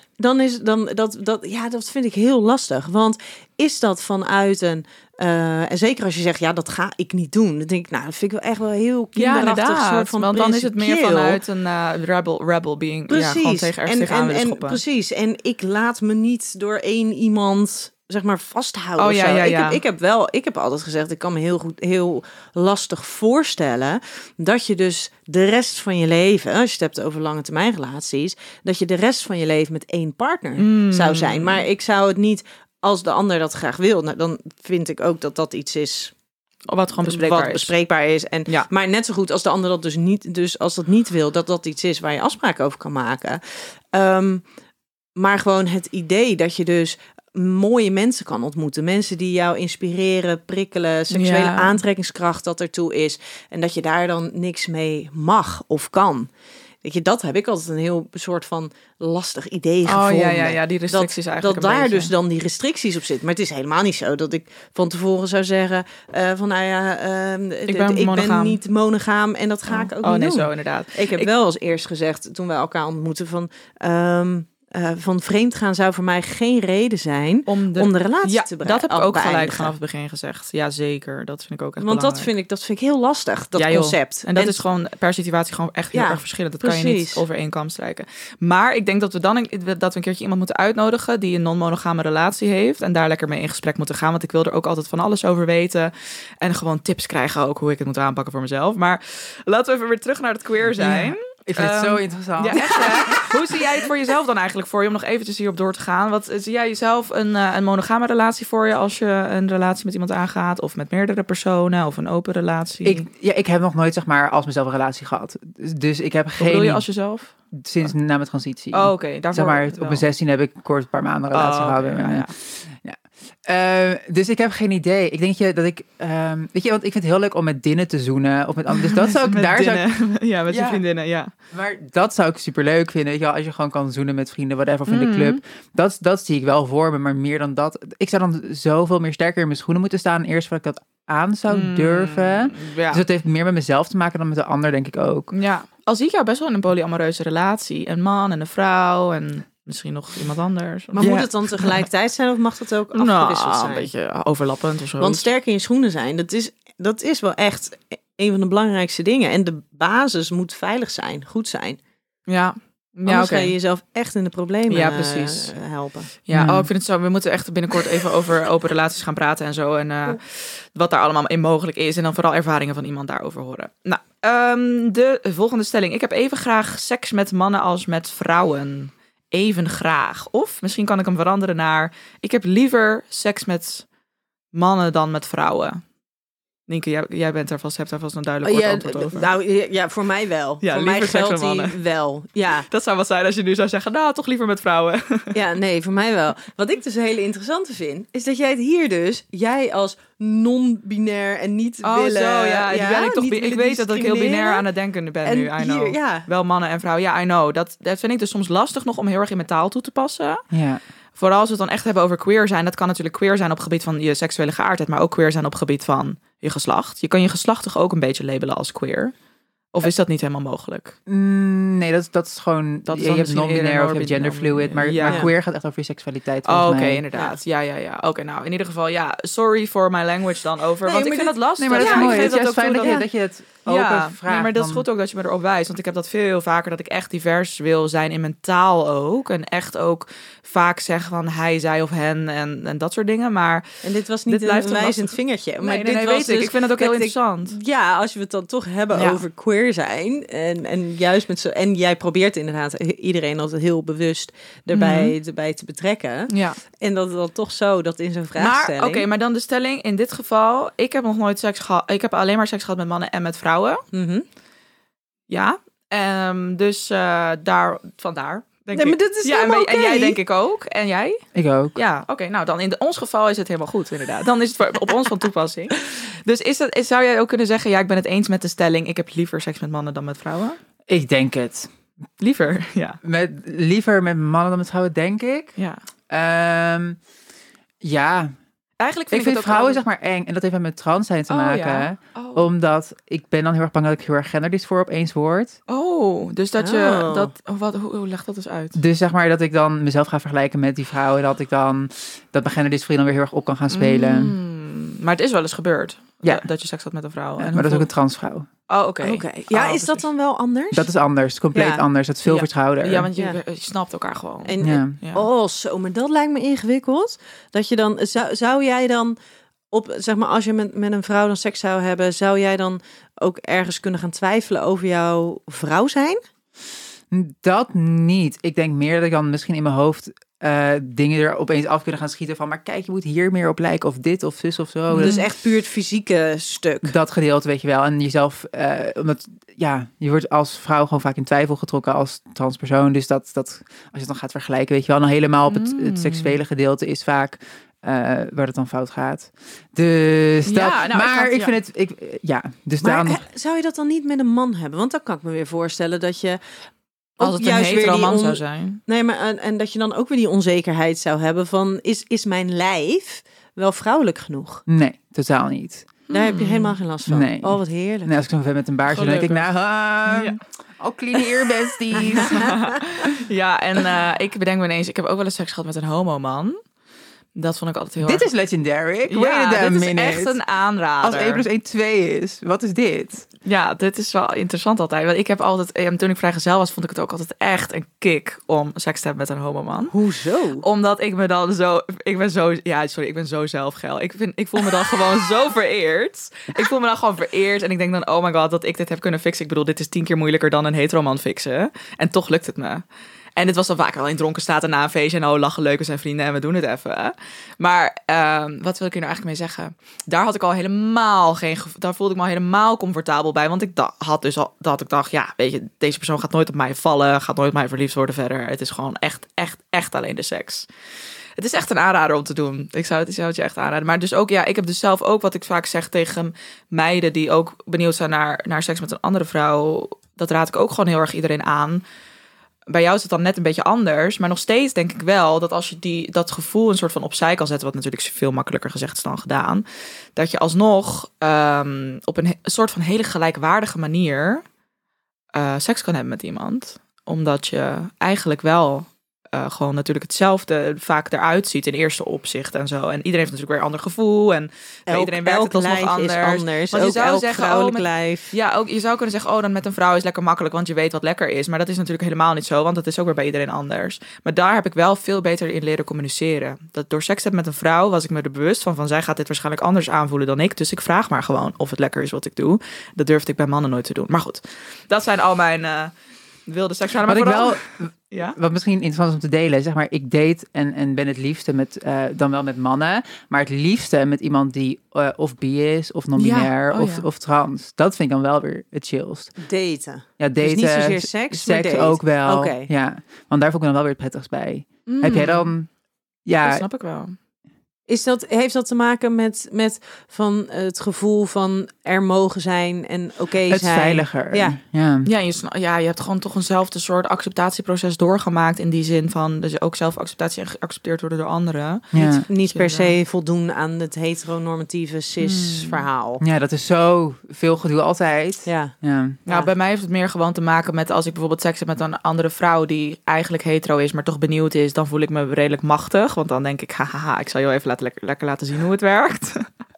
dat vind ik heel lastig. Want is dat vanuit een... en zeker als je zegt, ja, dat ga ik niet doen. Dan denk ik, nou, dat vind ik wel echt wel heel kinderachtig soort van want dan is het meer vanuit een rebel being. Precies. Ja, gewoon tegen ergens tegenaan willen schoppen. Precies. En ik laat me niet door één iemand... zeg maar vasthouden. Oh, ja. Ik heb altijd gezegd, ik kan me heel lastig voorstellen dat je dus de rest van je leven, als je het hebt over lange termijn relaties, dat je de rest van je leven met één partner zou zijn. Maar ik zou het niet, als de ander dat graag wil, nou, dan vind ik ook dat iets is wat gewoon bespreekbaar is. En, maar net zo goed als de ander dat dus niet, dus als dat niet wil, dat iets is waar je afspraken over kan maken. Maar gewoon het idee dat je dus mooie mensen kan ontmoeten. Mensen die jou inspireren, prikkelen, seksuele aantrekkingskracht dat ertoe is. En dat je daar dan niks mee mag of kan. Weet je, dat heb ik altijd een heel soort van lastig idee gevonden. Ja, die restricties eigenlijk dat een daar beetje. Dus dan die restricties op zitten. Maar het is helemaal niet zo dat ik van tevoren zou zeggen van nou ja, ik ben niet monogaam en dat ga ik ook niet doen. Zo inderdaad. Ik heb wel als eerst gezegd, toen wij elkaar ontmoetten, van vreemd gaan zou voor mij geen reden zijn om de relatie te bereiken. Dat heb ik ook gelijk vanaf het begin gezegd. Ja, zeker. Dat vind ik ook echt belangrijk. Want dat vind ik heel lastig, dat concept. En dat is gewoon per situatie gewoon echt heel erg verschillend. Dat kan je niet over één kam strijken. Maar ik denk dat we een keertje iemand moeten uitnodigen die een non-monogame relatie heeft en daar lekker mee in gesprek moeten gaan. Want ik wil er ook altijd van alles over weten. En gewoon tips krijgen ook hoe ik het moet aanpakken voor mezelf. Maar laten we even weer terug naar het queer zijn. Ik vind het zo interessant. Ja, echt, hè? Hoe zie jij het voor jezelf dan eigenlijk voor je? Om nog eventjes hierop door te gaan. Wat zie jij jezelf een monogame relatie voor je als je een relatie met iemand aangaat? Of met meerdere personen? Of een open relatie? Ik heb nog nooit, zeg maar, als mezelf een relatie gehad. Dus ik heb Wat geen... bedoel je als jezelf? Sinds na mijn transitie. Oh, oké. Daarvoor Zeg maar, wel. op mijn 16 heb ik kort een paar maanden een relatie gehad. Ja. Dus ik heb geen idee. Ik denk dat ik... weet je, want ik vind het heel leuk om met Dinnen te zoenen. Of met anderen. Dus dat zou ik... daar zou ik, ja, met je vriendinnen, ja. maar dat zou ik superleuk vinden. Weet je wel, als je gewoon kan zoenen met vrienden, whatever, of in de club. Dat zie ik wel voor me. Maar meer dan dat... Ik zou dan zoveel meer sterker in mijn schoenen moeten staan. Eerst voordat ik dat aan zou durven. Ja. Dus het heeft meer met mezelf te maken dan met de ander, denk ik ook. Ja. Al zie ik jou best wel in een polyamoreuze relatie. Een man en een vrouw en misschien nog iemand anders. Maar moet het dan tegelijkertijd zijn of mag dat ook afgewisseld zijn? Een beetje overlappend of zo. Want sterk in je schoenen zijn, dat is wel echt een van de belangrijkste dingen. En de basis moet veilig zijn, goed zijn. Ja. Anders ga je jezelf echt in de problemen precies. helpen. Ja, ik vind het zo. We moeten echt binnenkort even over open relaties gaan praten en zo. En wat daar allemaal in mogelijk is. En dan vooral ervaringen van iemand daarover horen. Nou, de volgende stelling. Ik heb even graag seks met mannen als met vrouwen. Even graag. Of misschien kan ik hem veranderen naar... Ik heb liever seks met mannen dan met vrouwen. Nienke, jij hebt daar vast een duidelijk kort antwoord over. Nou, ja, voor mij wel. Ja, voor mij liever seks geldt met die mannen. wel. Ja. Dat zou wat zijn als je nu zou zeggen... Nou, toch liever met vrouwen. Ja, nee, voor mij wel. Wat ik dus een hele interessante vind... is dat jij het hier dus... jij als non-binair en niet willen... die ben ik toch... Ik weet dat ik heel binair aan het denken ben en nu. I know. Hier, wel mannen en vrouwen. Ja, I know. Dat vind ik dus soms lastig nog om heel erg in mijn taal toe te passen. Ja. Vooral als we het dan echt hebben over queer zijn. Dat kan natuurlijk queer zijn op het gebied van je seksuele geaardheid, maar ook queer zijn op het gebied van je geslacht. Je kan je geslacht toch ook een beetje labelen als queer? Of is dat niet helemaal mogelijk? Nee, dat is gewoon... Dat is je dan hebt misschien non-binair of je eerder hebt genderfluid. Maar queer gaat echt over je seksualiteit. Oké, inderdaad. Ja. Oké, nou, in ieder geval, sorry for my language dan over. Want ik vind het lastig. Nee, maar dat is mooi. Ik Het vind is fijn dat je het open vraagt. Nee, maar dat is goed ook dat je me erop wijst. Want ik heb dat veel vaker, dat ik echt divers wil zijn in mijn taal ook. En echt ook vaak zeggen van hij, zij of hen en dat soort dingen. Maar en dit was niet een wijzend vingertje. Maar dit was weet dus, ik vind het ook heel interessant. Ja, als we het dan toch hebben over queer zijn. En juist met zo. En jij probeert inderdaad iedereen altijd heel bewust erbij te betrekken. Ja. En dat dan toch zo, dat in zo'n vraagstelling. Maar oké, maar dan de stelling in dit geval. Ik heb nog nooit seks gehad. Ik heb alleen maar seks gehad met mannen en met vrouwen. Ja. Dus vandaar. Denk ik. Maar dat is helemaal en jij denk ik ook. En jij? Ik ook. Ja, oké. Nou, dan in ons geval is het helemaal goed, inderdaad. Dan is het op ons van toepassing. Dus zou jij ook kunnen zeggen... Ja, ik ben het eens met de stelling... Ik heb liever seks met mannen dan met vrouwen? Ik denk het. Liever, ja. Liever met mannen dan met vrouwen, denk ik. Ja. Ja. Eigenlijk vind ik vrouwen zeg maar eng. En dat heeft met mijn trans zijn te maken. Ja. Omdat ik ben dan heel erg bang dat ik heel erg genderdysfoor opeens word. Oh, dus dat je... Hoe legt dat dus uit? Dus zeg maar dat ik dan mezelf ga vergelijken met die vrouwen. Dat mijn genderdysforie dan weer heel erg op kan gaan spelen. Maar het is wel eens gebeurd. Ja. Dat je seks had met een vrouw. Ja, maar dat is ook een transvrouw. Oh, oké. Ja, is dat dan wel anders? Dat is anders. Compleet anders. Dat is veel vertrouwder. Ja, want je snapt elkaar gewoon. Oh, zo. Maar dat lijkt me ingewikkeld. Dat je dan... Zou jij dan... zeg maar, als je met een vrouw dan seks zou hebben... Zou jij dan ook ergens kunnen gaan twijfelen over jouw vrouw zijn? Dat niet. Ik denk meer dat ik dan misschien in mijn hoofd... dingen er opeens af kunnen gaan schieten van... maar kijk, je moet hier meer op lijken of dit of zus of zo. Dus echt puur het fysieke stuk. Dat gedeelte, weet je wel. En jezelf... omdat, je wordt als vrouw gewoon vaak in twijfel getrokken als transpersoon. Dus dat als je het dan gaat vergelijken, weet je wel... dan helemaal op het seksuele gedeelte is vaak... waar het dan fout gaat. Dus dat... maar ik vind het... Dus maar zou je dat dan niet met een man hebben? Want dan kan ik me weer voorstellen dat je... Als het een hetero man zou zijn. Nee, maar en dat je dan ook weer die onzekerheid zou hebben van... Is mijn lijf wel vrouwelijk genoeg? Nee, totaal niet. Daar heb je helemaal geen last van. Nee. Oh, wat heerlijk. Nee, als ik zo'n vet met een baardje, dan denk ik... clean ear besties. Ja, en ik bedenk me ineens... Ik heb ook wel eens seks gehad met een homo man. Dat vond ik altijd heel Dit erg... is legendary. Ik Ja, waited a dit is minute. echt een aanrader. Als 1 + 1 2 is, wat is dit? Ja, dit is wel interessant altijd. Want ik heb altijd, toen ik vrijgezel was, vond ik het ook altijd echt een kick om seks te hebben met een homoman. Hoezo? Omdat ik me dan zo... Ik ben zo zelfgeil. Ik voel me dan gewoon zo vereerd. Ik voel me dan gewoon vereerd. En ik denk dan, oh my god, dat ik dit heb kunnen fixen. Ik bedoel, dit is 10 keer moeilijker dan een heteroman fixen. En toch lukt het me. En dit was dan vaak al in dronken staat en na een feestje. En lachen leuk, we zijn vrienden en we doen het even. Maar wat wil ik hier nou eigenlijk mee zeggen? Daar had ik al helemaal daar voelde ik me al helemaal comfortabel bij. Want ik dacht, ja, weet je, deze persoon gaat nooit op mij vallen. Gaat nooit op mij verliefd worden verder. Het is gewoon echt alleen de seks. Het is echt een aanrader om te doen. Ik zou het je echt aanraden. Maar dus ook, ja, ik heb dus zelf ook wat ik vaak zeg tegen meiden die ook benieuwd zijn naar seks met een andere vrouw. Dat raad ik ook gewoon heel erg iedereen aan. Bij jou is het dan net een beetje anders. Maar nog steeds denk ik wel dat als je dat gevoel een soort van opzij kan zetten. Wat natuurlijk veel makkelijker gezegd is dan gedaan. Dat je alsnog op een soort van hele gelijkwaardige manier seks kan hebben met iemand. Omdat je eigenlijk wel gewoon natuurlijk hetzelfde vaak eruit ziet in eerste opzicht en zo. En iedereen heeft natuurlijk weer een ander gevoel. En bij iedereen werkt het alsnog anders. Is anders. Want ook je zou elk zeggen, vrouwelijk lijf. Ja, ook, je zou kunnen zeggen, dan met een vrouw is lekker makkelijk, want je weet wat lekker is. Maar dat is natuurlijk helemaal niet zo, want dat is ook weer bij iedereen anders. Maar daar heb ik wel veel beter in leren communiceren. Dat door seks te hebben met een vrouw was ik me er bewust van zij gaat dit waarschijnlijk anders aanvoelen dan ik. Dus ik vraag maar gewoon of het lekker is wat ik doe. Dat durfde ik bij mannen nooit te doen. Maar goed, dat zijn al mijn wilde seksuele... Wat ik wel... Ja? Wat misschien interessant is om te delen, zeg maar, ik date en ben het liefste met dan wel met mannen, maar het liefste met iemand die of bi is, of non-binair, of trans. Dat vind ik dan wel weer het chillst. Daten. Ja, daten. Dus niet zozeer seks, maar date. Ook wel. Okay. Ja, want daar vond ik dan wel weer het prettigst bij. Heb jij dan... Ja, dat snap ik wel. Heeft dat te maken met van het gevoel van er mogen zijn en oké zijn? Het is veiliger. Ja. Je hebt gewoon toch eenzelfde soort acceptatieproces doorgemaakt in die zin van dus ook zelfacceptatie en geaccepteerd worden door anderen. Ja. Niet per se voldoen aan het heteronormatieve cis-verhaal. Ja, dat is zo veel gedoe altijd. Ja. Nou, bij mij heeft het meer gewoon te maken met als ik bijvoorbeeld seks heb met een andere vrouw die eigenlijk hetero is, maar toch benieuwd is, dan voel ik me redelijk machtig. Want dan denk ik, haha, ik zal jou even lekker laten zien hoe het werkt.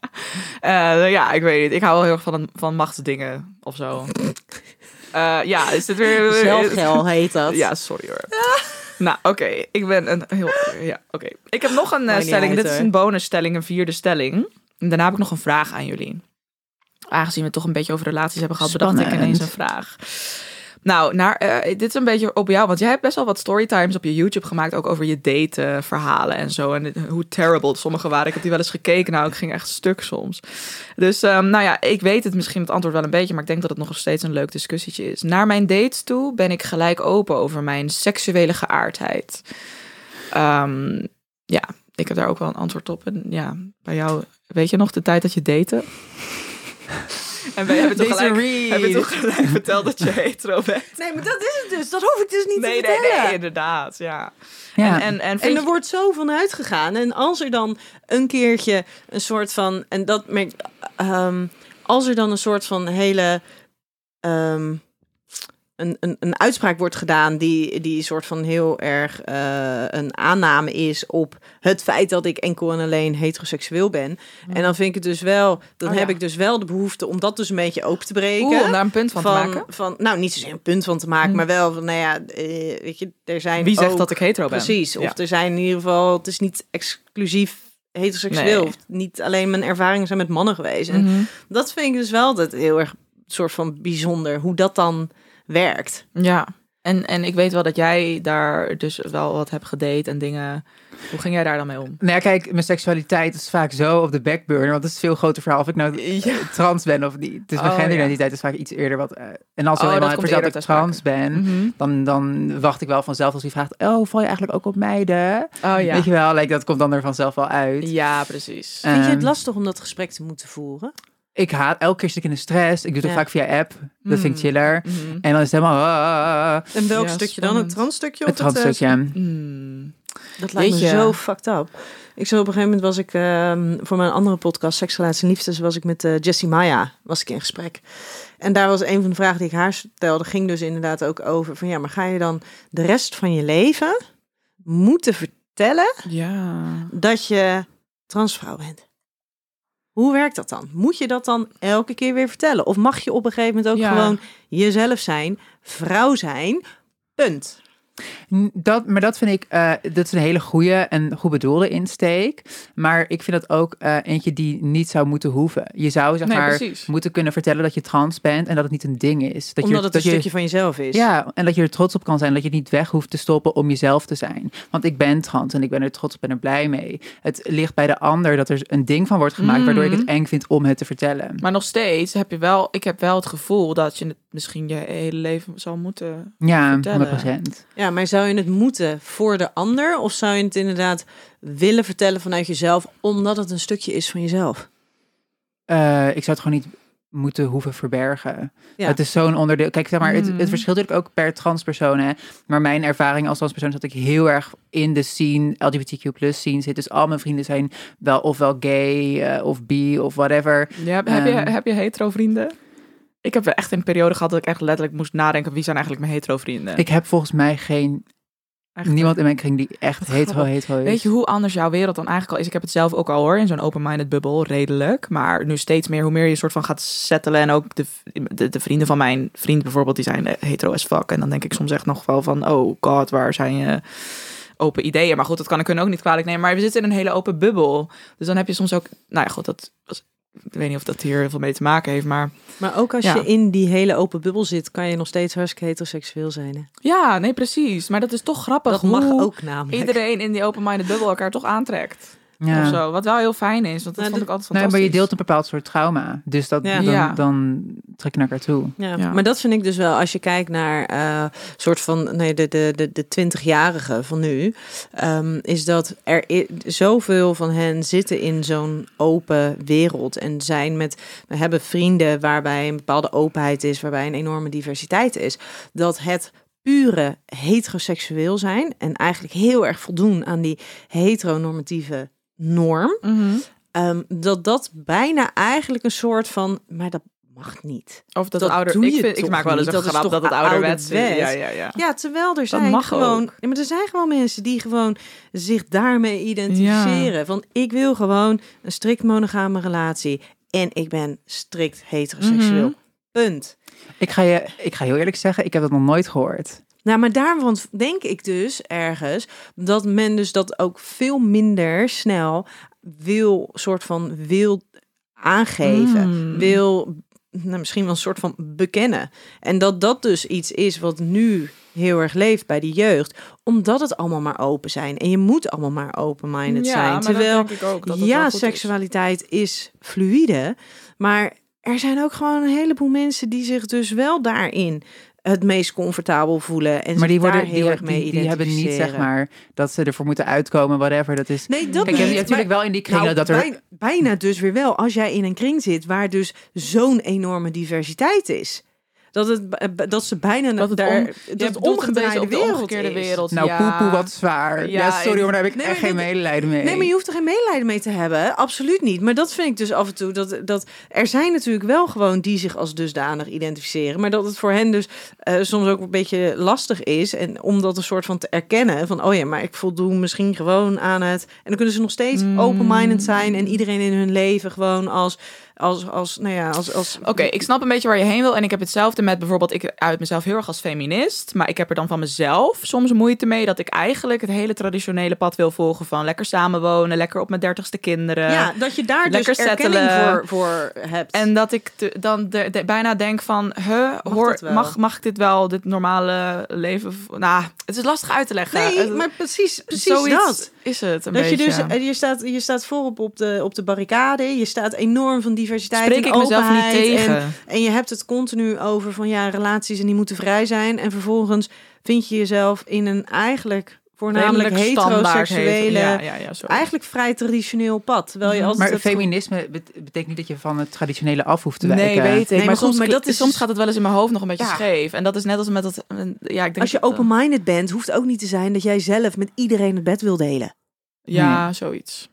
Ja, ik weet niet. Ik hou wel heel erg van machtsdingen of zo. Ja, is dit weer... Zelfgel heet dat. Ja, sorry hoor. Nou, oké. Ik ben een heel... Ja, oké. Ik heb nog een stelling. Dit is een bonusstelling, een 4e stelling. En daarna heb ik nog een vraag aan jullie. Aangezien we het toch een beetje over relaties hebben gehad, bedacht ik ineens een vraag. Nou, dit is een beetje op jou, want jij hebt best wel wat storytimes op je YouTube gemaakt, ook over je dateverhalen en zo. En hoe terrible sommige waren. Ik heb die wel eens gekeken, nou, ik ging echt stuk soms. Dus, nou ja, ik weet het misschien het antwoord wel een beetje, maar ik denk dat het nog steeds een leuk discussietje is. Naar mijn dates toe ben ik gelijk open over mijn seksuele geaardheid. Ja, ik heb daar ook wel een antwoord op. En ja, bij jou, weet je nog de tijd dat je date? En we hebben toch gelijk verteld dat je hetero bent. Nee, maar dat is het dus. Dat hoef ik dus niet te vertellen. Nee, inderdaad, ja. En er wordt zo van uitgegaan. En als er dan een keertje een soort van... En dat als er dan een soort van hele... Een uitspraak wordt gedaan die soort van heel erg een aanname is op het feit dat ik enkel en alleen heteroseksueel ben. En dan vind ik het dus wel, heb ik dus wel de behoefte om dat dus een beetje open te breken. Om daar een punt van te maken? Nou, niet zozeer een punt van te maken, maar wel van, nou ja, weet je, er zijn wie zegt ook, dat ik hetero ben? Precies, of er zijn in ieder geval, het is niet exclusief heteroseksueel. Nee. Of niet alleen mijn ervaringen zijn met mannen geweest. En dat vind ik dus wel dat heel erg soort van bijzonder, hoe dat dan werkt. Ja, en ik weet wel dat jij daar dus wel wat hebt gedate en dingen. Hoe ging jij daar dan mee om? Nou ja, kijk, mijn seksualiteit is vaak zo op de backburner, want het is een veel groter verhaal of ik nou trans ben of niet. Dus mijn genderidentiteit is vaak iets eerder wat... en als ik eenmaal heb verteld dat ik trans ben, dan wacht ik wel vanzelf als die vraagt, val je eigenlijk ook op meiden? Weet je wel, dat komt dan er vanzelf wel uit. Ja, precies. Vind je het lastig om dat gesprek te moeten voeren? Ik haat elke keer zit ik in de stress. Ik doe het vaak via app. Dat vind ik chiller. En dan is het helemaal... En welk stukje dan? Het transstukje? Het transstukje. Dat lijkt me zo fucked up. Ik zo op een gegeven moment was ik voor mijn andere podcast, Seks, Relatie en Liefdes, was ik met Jessie Maya was ik in gesprek. En daar was een van de vragen die ik haar stelde, ging dus inderdaad ook over van ja, maar ga je dan de rest van je leven moeten vertellen Ja. dat je transvrouw bent? Hoe werkt dat dan? Moet je dat dan elke keer weer vertellen? Of mag je op een gegeven moment ook gewoon jezelf zijn, vrouw zijn, punt? Maar dat vind ik, dat is een hele goede en goed bedoelde insteek. Maar ik vind dat ook eentje die niet zou moeten hoeven. Je zou moeten kunnen vertellen dat je trans bent en dat het niet een ding is. Omdat het een stukje van jezelf is. Ja, en dat je er trots op kan zijn. Dat je het niet weg hoeft te stoppen om jezelf te zijn. Want ik ben trans en ik ben er trots op en er blij mee. Het ligt bij de ander dat er een ding van wordt gemaakt waardoor ik het eng vind om het te vertellen. Maar nog steeds heb ik heb wel het gevoel dat je het misschien je hele leven zal moeten vertellen. 100%. Ja, maar zou je het moeten voor de ander? Of zou je het inderdaad willen vertellen vanuit jezelf, omdat het een stukje is van jezelf? Ik zou het gewoon niet moeten hoeven verbergen. Ja. Het is zo'n onderdeel. Kijk, zeg maar, het verschilt natuurlijk ook per transpersoon. Hè? Maar mijn ervaring als transpersoon is dat ik heel erg in de scene, LGBTQ+ scene zit. Dus al mijn vrienden zijn wel ofwel gay of bi of whatever. Ja, heb je hetero vrienden? Ik heb echt een periode gehad dat ik echt letterlijk moest nadenken, wie zijn eigenlijk mijn hetero vrienden? Ik heb volgens mij niemand in mijn kring die echt hetero is. Weet je hoe anders jouw wereld dan eigenlijk al is? Ik heb het zelf ook al hoor, in zo'n open-minded bubbel, redelijk. Maar nu steeds meer, hoe meer je soort van gaat settelen. En ook de vrienden van mijn vriend bijvoorbeeld, die zijn hetero as fuck. En dan denk ik soms echt nog wel van, oh god, waar zijn je open ideeën? Maar goed, dat kan ik ook niet kwalijk nemen. Maar we zitten in een hele open bubbel. Dus dan heb je soms ook, nou ja goed, ik weet niet of dat hier heel veel mee te maken heeft, maar ook als je in die hele open bubbel zit, kan je nog steeds hartstikke heteroseksueel zijn. Hè? Ja, nee, precies. Maar dat is toch grappig. Dat mag ook namelijk. Iedereen in die open-minded bubbel elkaar toch aantrekt. Ja. Of zo. Wat wel heel fijn is, want dat vond ik altijd fantastisch. Maar je deelt een bepaald soort trauma. Dus dan trek je naar elkaar toe. Ja. Maar dat vind ik dus wel, als je kijkt naar soort van de 20-jarigen van nu, is dat er zoveel van hen zitten in zo'n open wereld en we hebben vrienden waarbij een bepaalde openheid is, waarbij een enorme diversiteit is, dat het pure heteroseksueel zijn en eigenlijk heel erg voldoen aan die heteronormatieve norm, dat bijna eigenlijk een soort van, maar dat mag niet. Of dat ouder. Ik maak wel eens een grap dat het ouderwets is. Ja, terwijl er zijn gewoon, maar er zijn gewoon mensen die gewoon zich daarmee identificeren. Van ik wil gewoon een strikt monogame relatie en ik ben strikt heteroseksueel. Punt. Ik ga heel eerlijk zeggen, ik heb dat nog nooit gehoord. Nou, maar daarvan denk ik dus ergens dat men dus dat ook veel minder snel wil aangeven, misschien wel een soort van bekennen. En dat dus iets is wat nu heel erg leeft bij de jeugd, omdat het allemaal maar open zijn. En je moet allemaal maar open-minded zijn. Terwijl, denk ik ook, dat seksualiteit is fluïde, maar er zijn ook gewoon een heleboel mensen die zich dus wel daarin het meest comfortabel voelen en maar die worden heel erg mee identificeren. Die hebben niet, zeg maar, dat ze ervoor moeten uitkomen, whatever. Dat is. Nee, dat kijk, je hebt natuurlijk wel in die kringen dat er bijna dus weer wel. Als jij in een kring zit waar dus zo'n enorme diversiteit is, dat ze bijna dat het omgedraaide wereld is. Nou, poepoe, wat zwaar. Ja, sorry, maar daar heb ik echt geen medelijden mee. Nee, maar je hoeft er geen medelijden mee te hebben. Absoluut niet. Maar dat vind ik dus af en toe, dat er zijn natuurlijk wel gewoon die zich als dusdanig identificeren, maar dat het voor hen dus soms ook een beetje lastig is. En om dat een soort van te erkennen van, oh ja, maar ik voldoe misschien gewoon aan het. En dan kunnen ze nog steeds open-minded zijn en iedereen in hun leven gewoon als Oké, ik snap een beetje waar je heen wil. En ik heb hetzelfde met bijvoorbeeld, ik uit mezelf heel erg als feminist. Maar ik heb er dan van mezelf soms moeite mee dat ik eigenlijk het hele traditionele pad wil volgen van lekker samenwonen, lekker op mijn 30ste kinderen. Ja, dat je daar dus erkenning voor hebt. En dat ik dan bijna denk van, mag ik dit wel, dit normale leven? Nou, het is lastig uit te leggen. Nee, maar precies dat is het een dat beetje. Je dus, je staat voorop op de barricade. Je staat enorm van diversiteit. Spreek ik mezelf niet tegen. En je hebt het continu over van relaties en die moeten vrij zijn. En vervolgens vind je jezelf in een eigenlijk voornamelijk heteroseksuele, eigenlijk vrij traditioneel pad. Terwijl je altijd maar feminisme betekent niet dat je van het traditionele af hoeft te wijken. Nee, weet ik. Maar soms gaat het wel eens in mijn hoofd nog een beetje scheef. En dat is net als met dat. Ik denk als je open-minded bent, hoeft ook niet te zijn dat jij zelf met iedereen het bed wil delen. Ja, zoiets.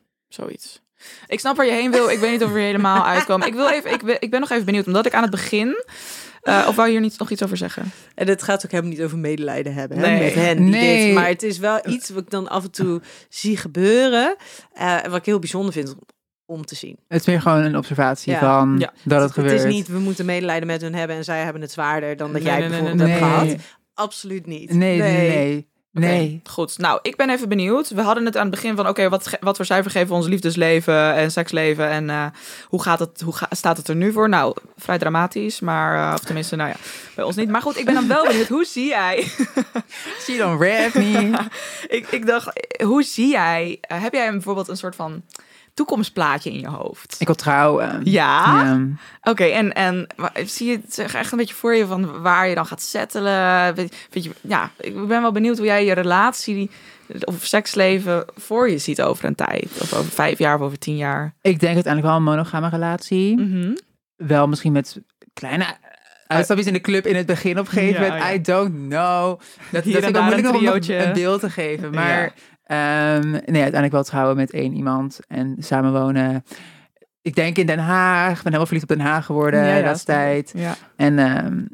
Ik snap waar je heen wil. Ik weet niet of we er helemaal uitkomen. Ik ben nog even benieuwd, omdat ik aan het begin Of wou je hier nog iets over zeggen? En het gaat ook helemaal niet over medelijden hebben Nee. met hen. Die Nee. dit, maar het is wel iets wat ik dan af en toe zie gebeuren. En wat ik heel bijzonder vind om te zien. Het is meer gewoon een observatie Ja. van Ja. dat het gebeurt. Het is niet, we moeten medelijden met hun hebben en zij hebben het zwaarder dan dat Nee, jij nee, bijvoorbeeld nee, hebt nee. gehad. Absoluut niet. Nee. Oké, goed. Nou, ik ben even benieuwd. We hadden het aan het begin van, wat voor cijfer geven we ons liefdesleven en seksleven en hoe staat het er nu voor? Nou, vrij dramatisch, maar of tenminste, nou ja, bij ons niet. Maar goed, ik ben dan wel benieuwd. Hoe zie jij? She don't rap me. ik dacht, hoe zie jij? Heb jij bijvoorbeeld een soort van toekomstplaatje in je hoofd? Ik wil trouwen. Ja? Oké, en zie je het echt een beetje voor je van waar je dan gaat settelen? Weet je, ja, ik ben wel benieuwd hoe jij je relatie of seksleven voor je ziet over een tijd. Of over 5 jaar of over 10 jaar. Ik denk uiteindelijk wel een monogame relatie. Mhm. Wel misschien met kleine uitstapjes in de club in het begin op een gegeven Ja, moment. ja. I don't know. Dat Hier is en ook daar moeilijk een om triootje. een beeld te geven. Maar nee, uiteindelijk wel trouwen met 1 iemand en samenwonen. Ik denk in Den Haag. Ik ben helemaal verliefd op Den Haag geworden de laatste tijd. Ja. En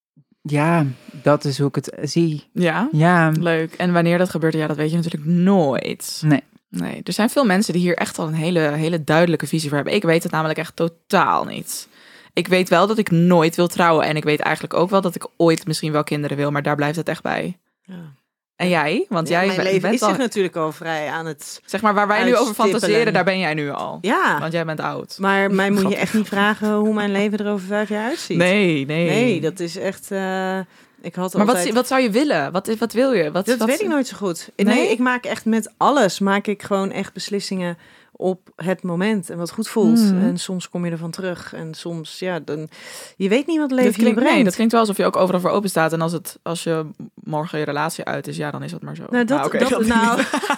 ja, dat is hoe ik het zie. Ja, Ja, leuk. En wanneer dat gebeurt, ja, dat weet je natuurlijk nooit. Nee, er zijn veel mensen die hier echt al een hele duidelijke visie voor hebben. Ik weet het namelijk echt totaal niet. Ik weet wel dat ik nooit wil trouwen. En ik weet eigenlijk ook wel dat ik ooit misschien wel kinderen wil. Maar daar blijft het echt bij. Ja. En jij? Want Ja, jij mijn leven bent is al... zich natuurlijk al vrij aan het... Zeg maar, waar wij nu over uitstippelen. fantaseren, daar ben jij nu al. Ja, Want jij bent oud. maar mij moet je Grappig. echt niet vragen hoe mijn leven er over 5 jaar uitziet. Nee. Nee, dat is echt... ik had Maar altijd... wat zou je willen? Wat wil je? Dat weet ik nooit zo goed. Nee? Nee, ik maak echt met alles. Maak ik gewoon echt beslissingen op het moment. En wat goed voelt. En soms kom je ervan terug. En soms, ja, dan... Je weet niet wat het leven je brengt. Nee, dat klinkt wel alsof je ook overal voor open staat. En als je morgen je relatie uit is, ja, dan is dat maar zo. Nou, dat... oké, dat grapje. nou...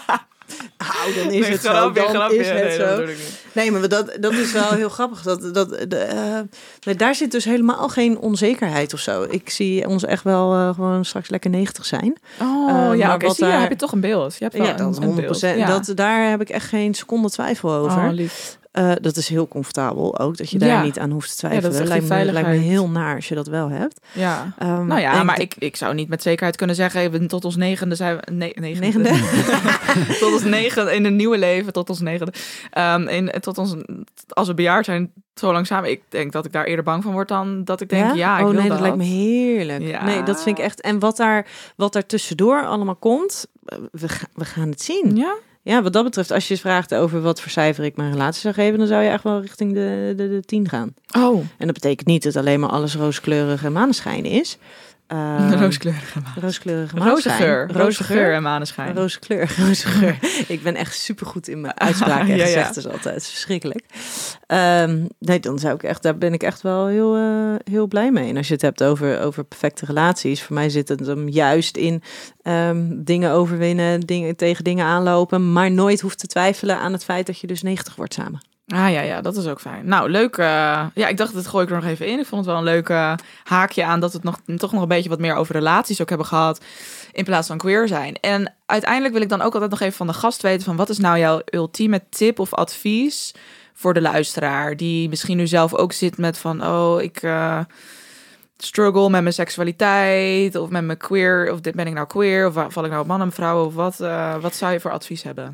Nou, dan is het zo. Dan is het zo. Nee, maar dat is wel heel grappig. Daar zit dus helemaal geen onzekerheid of zo. Ik zie ons echt wel gewoon straks lekker 90 zijn. Oh, ja, maar oké. wat Zie je, daar- heb je toch een beeld. Je hebt wel Ja, dat een 100%. beeld. Ja. Daar heb ik echt geen seconde twijfel over. Oh, lief. Dat is heel comfortabel ook, dat je daar Ja. niet aan hoeft te Ja, dat twijfelen. is echt die lijkt me veiligheid. heel naar als je dat wel hebt. Ja. Nou ja, maar ik zou niet met zekerheid kunnen zeggen, tot ons 9e zijn we... Negende? tot ons 9e in een nieuwe leven, tot ons 9e. Als we bejaard zijn, zo lang samen. Ik denk dat ik daar eerder bang van word dan dat ik denk, ja, ik wil nee, dat. dat lijkt me heerlijk. Ja. Nee, dat vind ik echt... En wat daar tussendoor allemaal komt, we gaan het zien. Ja? Ja, wat dat betreft, als je vraagt over wat voor cijfer ik mijn relatie zou geven, dan zou je echt wel richting de 10 gaan. Oh. En dat betekent niet dat alleen maar alles rooskleurig en maneschijn is. Rooskleurig. Rooskleurig maneschijn. Roze geur en maneschijn. Roze geur. Ik ben echt supergoed in mijn uitspraken en Ja, ja. gezegdes altijd. Het is verschrikkelijk. Nee, dan zou ik echt, daar ben ik echt wel heel blij mee. En als je het hebt over perfecte relaties, voor mij zit het hem juist in dingen overwinnen, tegen dingen aanlopen, maar nooit hoeft te twijfelen aan het feit dat je dus 90 wordt samen. Ah ja, dat is ook fijn. Nou, leuk. Ja, ik dacht, dit gooi ik er nog even in. Ik vond het wel een leuk haakje aan dat we toch nog een beetje wat meer over relaties ook hebben gehad in plaats van queer zijn. En uiteindelijk wil ik dan ook altijd nog even van de gast weten van wat is nou jouw ultieme tip of advies voor de luisteraar die misschien nu zelf ook zit met van, ik struggle met mijn seksualiteit of met mijn queer, of ben ik nou queer of val ik nou op mannen en vrouwen of wat zou je voor advies hebben?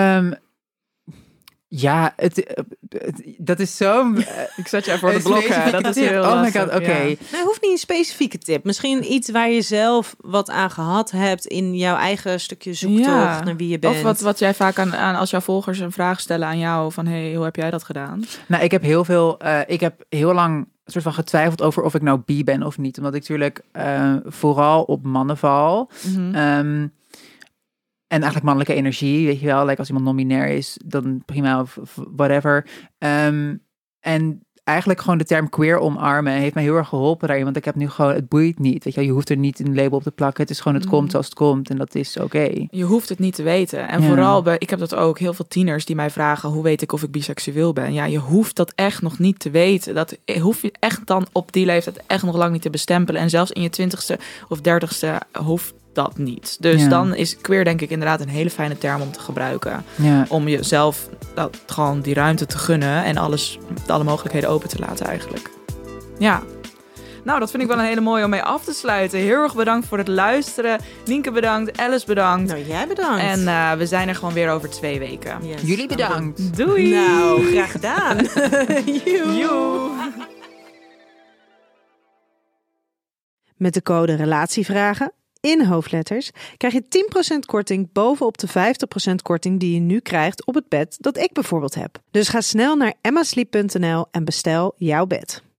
Ja, dat is zo... Ik zet je even voor de blok, hè. Dat is heel Oh my lastig, god, oké. ja. Nou, hoeft niet een specifieke tip. Misschien iets waar je zelf wat aan gehad hebt in jouw eigen stukje zoektocht naar wie je bent. Of wat jij vaak aan als jouw volgers een vraag stellen aan jou van, hey, hoe heb jij dat gedaan? Nou, ik heb heel lang een soort van getwijfeld over of ik nou bi ben of niet. Omdat ik natuurlijk vooral op mannen val. Mhm. En eigenlijk mannelijke energie, weet je wel. Als iemand non-binair is, dan prima of whatever. En eigenlijk gewoon de term queer omarmen heeft mij heel erg geholpen daarin. Want ik heb nu gewoon, het boeit niet. Weet je wel, je hoeft er niet een label op te plakken. Het is gewoon, het komt zoals het komt. En dat is oké. Je hoeft het niet te weten. En vooral, ik heb dat ook, heel veel tieners die mij vragen, hoe weet ik of ik biseksueel ben? Ja, je hoeft dat echt nog niet te weten. Dat hoef je echt dan op die leeftijd echt nog lang niet te bestempelen. En zelfs in je 20ste of 30ste hoeft dat niet. Dus dan is queer denk ik inderdaad een hele fijne term om te gebruiken. Ja. Om jezelf gewoon die ruimte te gunnen en alle mogelijkheden open te laten eigenlijk. Ja. Nou, dat vind ik wel een hele mooie om mee af te sluiten. Heel erg bedankt voor het luisteren. Nienke bedankt, Alice bedankt. Nou, jij bedankt. En we zijn er gewoon weer over 2 weken. Yes. Jullie bedankt. Doei! Nou, graag gedaan. Joe. Met de code Relatievragen in hoofdletters krijg je 10% korting bovenop de 50% korting die je nu krijgt op het bed dat ik bijvoorbeeld heb. Dus ga snel naar emmasleep.nl en bestel jouw bed.